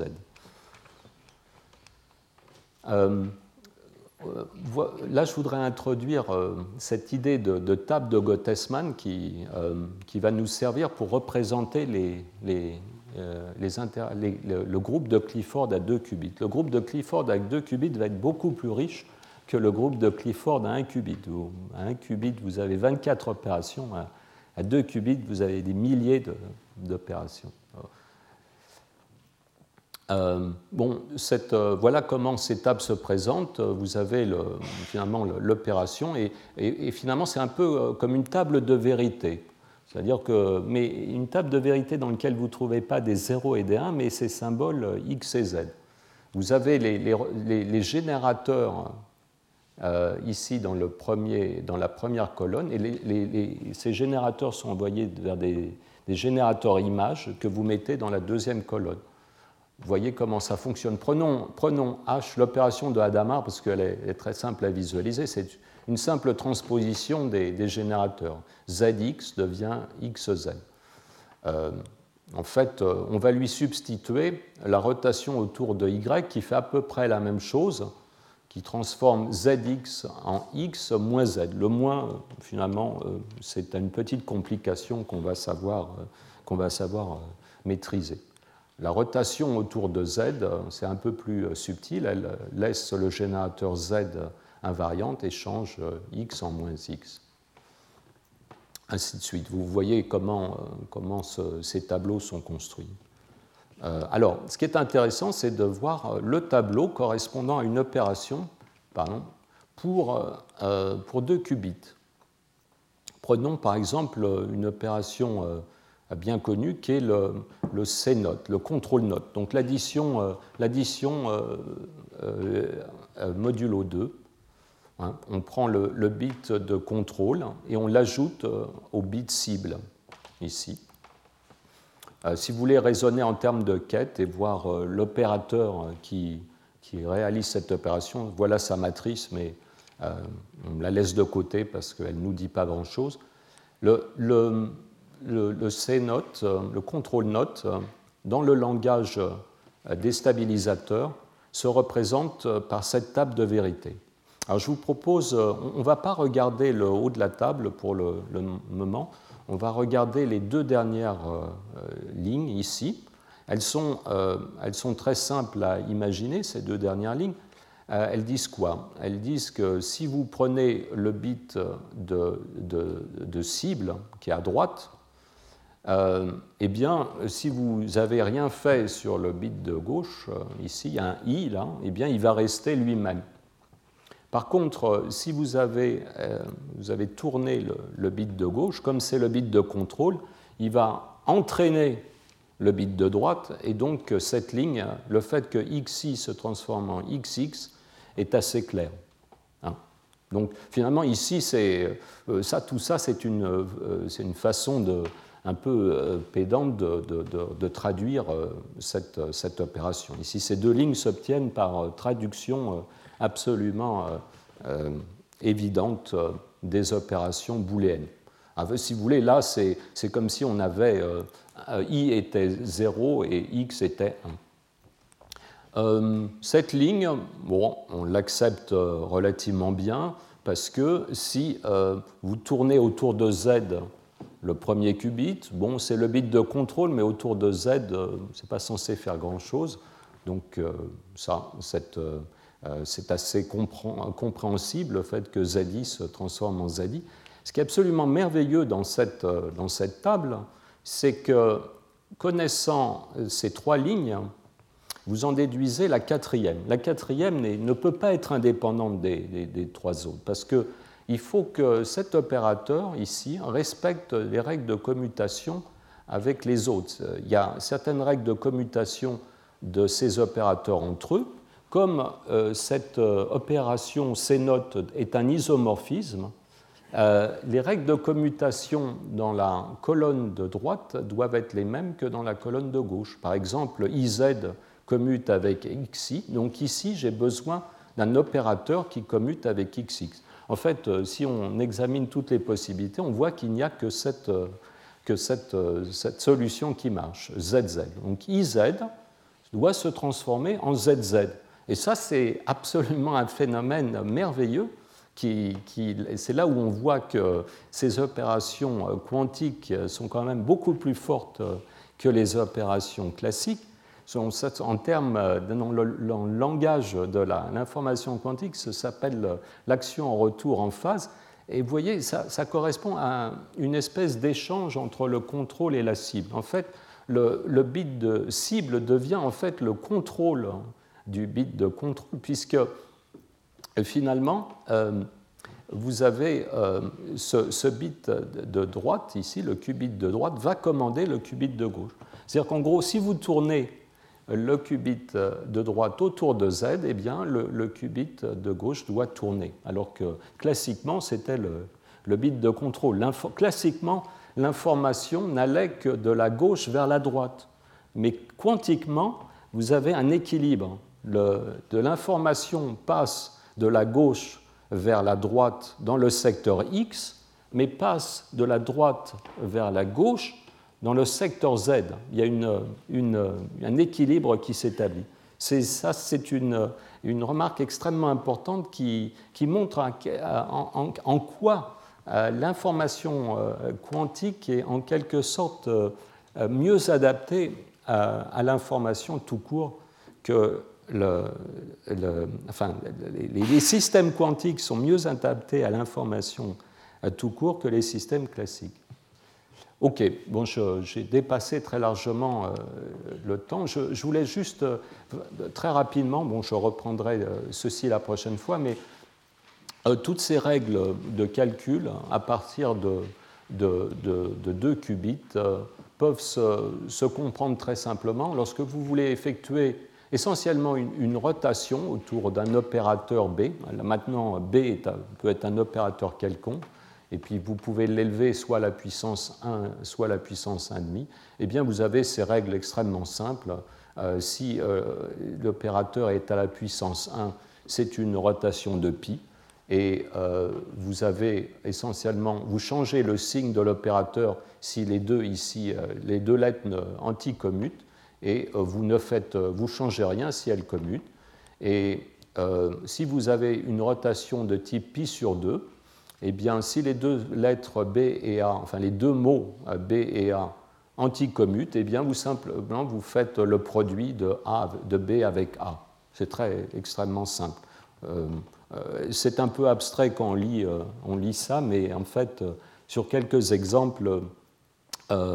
Euh, Là, je voudrais introduire euh, cette idée de, de table de Gottesman qui, euh, qui va nous servir pour représenter les, les, euh, les inter, les, le, le groupe de Clifford à deux qubits. Le groupe de Clifford avec deux qubits va être beaucoup plus riche que le groupe de Clifford à un qubit. À un qubit, vous avez vingt-quatre opérations. À, à deux qubits, vous avez des milliers de, d'opérations. Euh, bon, cette, euh, voilà comment ces tables se présentent. Vous avez le, finalement l'opération et, et, et finalement c'est un peu euh, comme une table de vérité. C'est-à-dire que, mais une table de vérité dans laquelle vous ne trouvez pas des zéros et des un, mais ces symboles X et Z. Vous avez les, les, les, les générateurs euh, ici dans, le premier, dans la première colonne et les, les, ces générateurs sont envoyés vers des, des générateurs images que vous mettez dans la deuxième colonne. Vous voyez comment ça fonctionne. Prenons, prenons H, l'opération de Hadamard, parce qu'elle est, est très simple à visualiser. C'est une simple transposition des, des générateurs. Z X devient X Z. Euh, en fait, on va lui substituer la rotation autour de Y qui fait à peu près la même chose, qui transforme Z X en X moins Z. Le moins, finalement, c'est une petite complication qu'on va savoir, qu'on va savoir maîtriser. La rotation autour de Z, c'est un peu plus subtil, elle laisse le générateur Z invariante et change X en moins X. Ainsi de suite. Vous voyez comment, comment ce, ces tableaux sont construits. Euh, alors, ce qui est intéressant, c'est de voir le tableau correspondant à une opération pardon, pour, euh, pour deux qubits. Prenons par exemple une opération euh, bien connu, qui est le, le C-note, le contrôle note. Donc l'addition, euh, l'addition euh, euh, modulo deux. Hein, on prend le, le bit de contrôle et on l'ajoute euh, au bit cible, ici. Euh, si vous voulez raisonner en termes de quête et voir euh, l'opérateur qui, qui réalise cette opération, voilà sa matrice, mais euh, on la laisse de côté parce qu'elle ne nous dit pas grand-chose. Le... le Le, le C-note, le contrôle note, dans le langage des stabilisateurs, se représente par cette table de vérité. Alors je vous propose, on ne va pas regarder le haut de la table pour le, le moment, on va regarder les deux dernières euh, lignes ici. Elles sont, euh, elles sont très simples à imaginer, ces deux dernières lignes. Euh, elles disent quoi? Elles disent que si vous prenez le bit de, de, de cible qui est à droite, euh, eh bien, si vous n'avez rien fait sur le bit de gauche, euh, ici, il y a un i, là, eh bien, il va rester lui-même. Par contre, si vous avez, euh, vous avez tourné le, le bit de gauche, comme c'est le bit de contrôle, il va entraîner le bit de droite, et donc cette ligne, le fait que xi se transforme en xx est assez clair. Hein. Donc finalement, ici, c'est, euh, ça, tout ça, c'est une, euh, c'est une façon de, un peu euh, pédante de, de, de, de traduire euh, cette, cette opération. Ici, ces deux lignes s'obtiennent par euh, traduction euh, absolument euh, euh, évidente euh, des opérations booléennes. Alors, si vous voulez, là, c'est, c'est comme si on avait euh, i était zéro et x était un. Euh, cette ligne, bon, on l'accepte relativement bien parce que si euh, vous tournez autour de z le premier qubit, bon, c'est le bit de contrôle, mais autour de z, euh, ce n'est pas censé faire grand-chose. Donc euh, ça, cette, euh, c'est assez compréhensible, le fait que zi se transforme en zi. Ce qui est absolument merveilleux dans cette, dans cette table, c'est que, connaissant ces trois lignes, vous en déduisez la quatrième. La quatrième ne peut pas être indépendante des, des, des trois autres, parce qu'il faut que cet opérateur, ici, respecte les règles de commutation avec les autres. Il y a certaines règles de commutation de ces opérateurs entre eux. Comme euh, cette euh, opération C-note est un isomorphisme, euh, les règles de commutation dans la colonne de droite doivent être les mêmes que dans la colonne de gauche. Par exemple, I Z commute avec Xi, donc ici j'ai besoin d'un opérateur qui commute avec X X. En fait, euh, si on examine toutes les possibilités, on voit qu'il n'y a que cette, euh, que cette, euh, cette solution qui marche, Z Z. Donc I Z doit se transformer en Z Z. Et ça, c'est absolument un phénomène merveilleux. Qui, qui, c'est là où on voit que ces opérations quantiques sont quand même beaucoup plus fortes que les opérations classiques. En termes, dans le langage de la, l'information quantique, ça s'appelle l'action en retour en phase. Et vous voyez, ça, ça correspond à une espèce d'échange entre le contrôle et la cible. En fait, le, le bit de cible devient en fait le contrôle du bit de contrôle, puisque finalement, euh, vous avez euh, ce, ce bit de droite, ici, le qubit de droite, va commander le qubit de gauche. C'est-à-dire qu'en gros, si vous tournez le qubit de droite autour de Z, eh bien, le, le qubit de gauche doit tourner, alors que classiquement, c'était le, le bit de contrôle. L'info, classiquement, l'information n'allait que de la gauche vers la droite. Mais quantiquement, vous avez un équilibre. Le, de l'information passe de la gauche vers la droite dans le secteur X, mais passe de la droite vers la gauche dans le secteur Z. Il y a une, une, un équilibre qui s'établit. C'est, ça, c'est une, une remarque extrêmement importante qui, qui montre à, à, en, en quoi euh, l'information euh, quantique est en quelque sorte euh, mieux adaptée à, à l'information tout court que Le, le, enfin, les, les systèmes quantiques sont mieux adaptés à l'information à tout court que les systèmes classiques. Ok, bon, je, j'ai dépassé très largement euh, le temps. Je, je voulais juste euh, très rapidement, bon, je reprendrai euh, ceci la prochaine fois, mais euh, toutes ces règles de calcul à partir de, de, de, de deux qubits euh, peuvent se, se comprendre très simplement. Lorsque vous voulez effectuer essentiellement une, une rotation autour d'un opérateur B. Maintenant, B est un, peut être un opérateur quelconque, et puis vous pouvez l'élever soit à la puissance un, soit à la puissance un virgule cinq. Eh bien, vous avez ces règles extrêmement simples. Euh, si euh, l'opérateur est à la puissance un, c'est une rotation de pi, et euh, vous avez essentiellement, vous changez le signe de l'opérateur si les deux ici, euh, les deux lettres anticommutent, et vous ne faites, vous changez rien si elles commutent. Et euh, si vous avez une rotation de type pi sur deux, eh bien, si les deux lettres B et A, enfin les deux mots B et A anticommutent, eh bien, vous simplement vous faites le produit de, A, de B avec A. C'est très extrêmement simple. Euh, euh, c'est un peu abstrait quand on lit, euh, on lit ça, mais en fait, euh, sur quelques exemples, euh,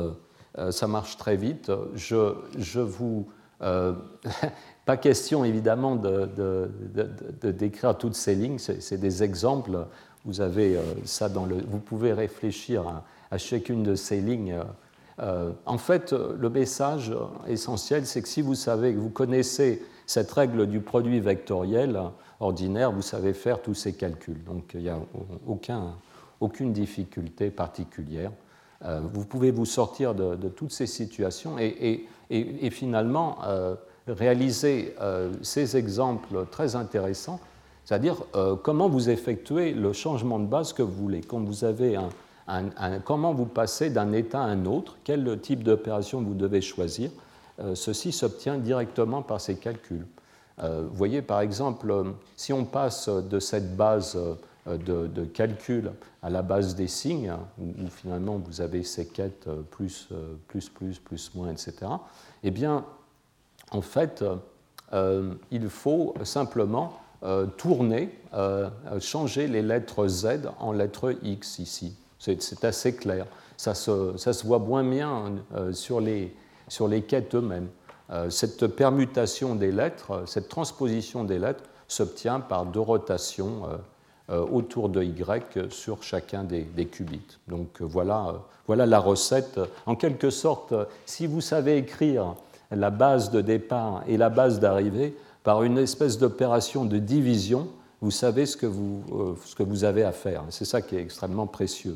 euh, ça marche très vite. Je, je vous... Euh, pas question, évidemment, de, de, de, de décrire toutes ces lignes. C'est, c'est des exemples. Vous avez euh, ça dans le... Vous pouvez réfléchir à, à chacune de ces lignes. Euh, en fait, le message essentiel, c'est que si vous savez, que vous connaissez cette règle du produit vectoriel ordinaire, vous savez faire tous ces calculs. Donc, il n'y a aucun, aucune difficulté particulière. Euh, vous pouvez vous sortir de, de toutes ces situations et, et, et, et finalement euh, réaliser euh, ces exemples très intéressants, c'est-à-dire euh, comment vous effectuez le changement de base que vous voulez. Quand vous avez un, un, un, comment vous passez d'un état à un autre, quel type d'opération vous devez choisir, euh, ceci s'obtient directement par ces calculs. Euh, vous voyez, par exemple, si on passe de cette base de, de calcul à la base des signes, où, où finalement vous avez ces quêtes plus, plus, plus, plus, moins, et cetera, eh bien, en fait, euh, il faut simplement euh, tourner, euh, changer les lettres Z en lettres X ici. C'est, c'est assez clair. Ça se, ça se voit moins bien euh, sur les, sur les quêtes eux-mêmes. Euh, cette permutation des lettres, cette transposition des lettres s'obtient par deux rotations euh, euh, autour de Y sur chacun des, des qubits. Donc euh, voilà, euh, voilà la recette. En quelque sorte, si vous savez écrire la base de départ et la base d'arrivée par une espèce d'opération de division, vous savez ce que vous, euh, ce que vous avez à faire. C'est ça qui est extrêmement précieux.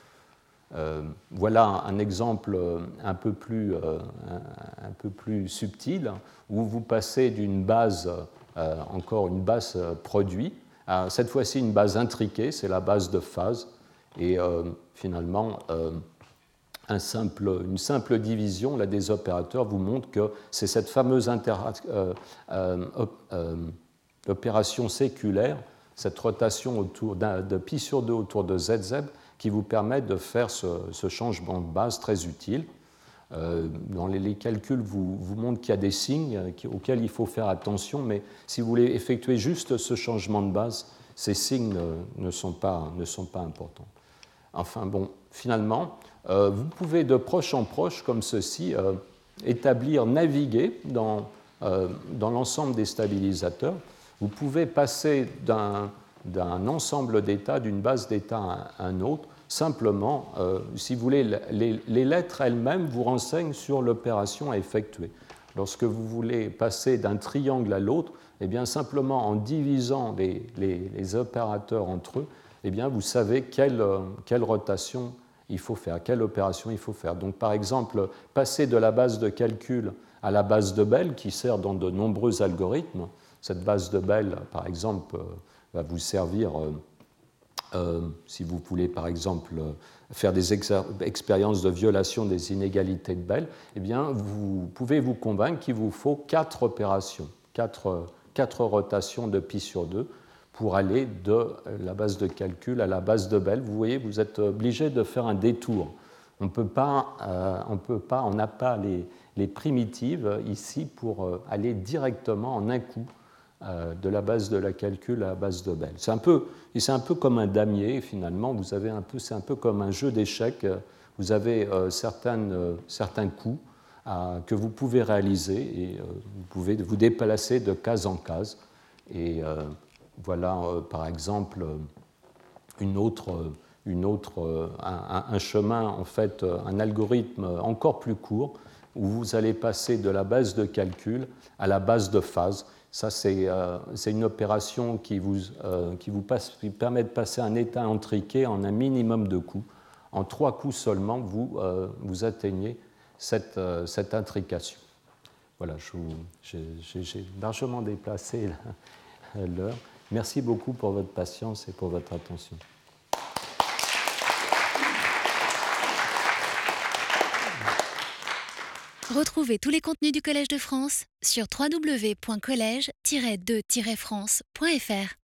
Euh, voilà un exemple un peu, plus, euh, un, un peu plus subtil où vous passez d'une base, euh, encore une base produit, à cette fois-ci une base intriquée, c'est la base de phase, et euh, finalement euh, un simple, une simple division là, des opérateurs vous montre que c'est cette fameuse intera- euh, euh, euh, opération séculaire, cette rotation autour de pi sur deux autour de Z Z, qui vous permet de faire ce, ce changement de base très utile. Euh, dans les, les calculs, vous, vous montrent qu'il y a des signes qui, auxquels il faut faire attention, mais si vous voulez effectuer juste ce changement de base, ces signes ne, ne, sont, pas, ne sont pas importants. Enfin bon, finalement, euh, vous pouvez de proche en proche, comme ceci, euh, établir, naviguer dans, euh, dans l'ensemble des stabilisateurs. Vous pouvez passer d'un, d'un ensemble d'états, d'une base d'états à un autre. Simplement, euh, si vous voulez, les, les lettres elles-mêmes vous renseignent sur l'opération à effectuer. Lorsque vous voulez passer d'un triangle à l'autre, eh bien, simplement en divisant les, les, les opérateurs entre eux, eh bien, vous savez quelle, quelle rotation il faut faire, quelle opération il faut faire. Donc, par exemple, passer de la base de calcul à la base de Bell, qui sert dans de nombreux algorithmes. Cette base de Bell, par exemple, va vous servir... Euh, si vous voulez, par exemple, faire des ex- expériences de violation des inégalités de Bell, eh bien, vous pouvez vous convaincre qu'il vous faut quatre opérations, quatre, quatre rotations de pi sur deux pour aller de la base de calcul à la base de Bell. Vous voyez, vous êtes obligé de faire un détour. On peut pas, euh, on peut pas, on n'a pas les, les primitives ici pour aller directement en un coup de la base de la calcul à la base de Bell. C'est un peu, c'est un peu comme un damier, finalement. Vous avez un peu, c'est un peu comme un jeu d'échecs. Vous avez euh, certaines, euh, certains coups euh, que vous pouvez réaliser et euh, vous pouvez vous déplacer de case en case. Et euh, voilà, euh, par exemple, une autre, une autre, un, un chemin, en fait, un algorithme encore plus court où vous allez passer de la base de calcul à la base de phase. Ça, c'est, euh, c'est une opération qui vous, euh, qui vous passe, qui permet de passer un état intriqué en un minimum de coups. En trois coups seulement, vous, euh, vous atteignez cette, euh, cette intrication. Voilà, je vous, j'ai, j'ai largement déplacé l'heure. Merci beaucoup pour votre patience et pour votre attention. Retrouvez tous les contenus du Collège de France sur w w w point collège tiret de tiret france point f r.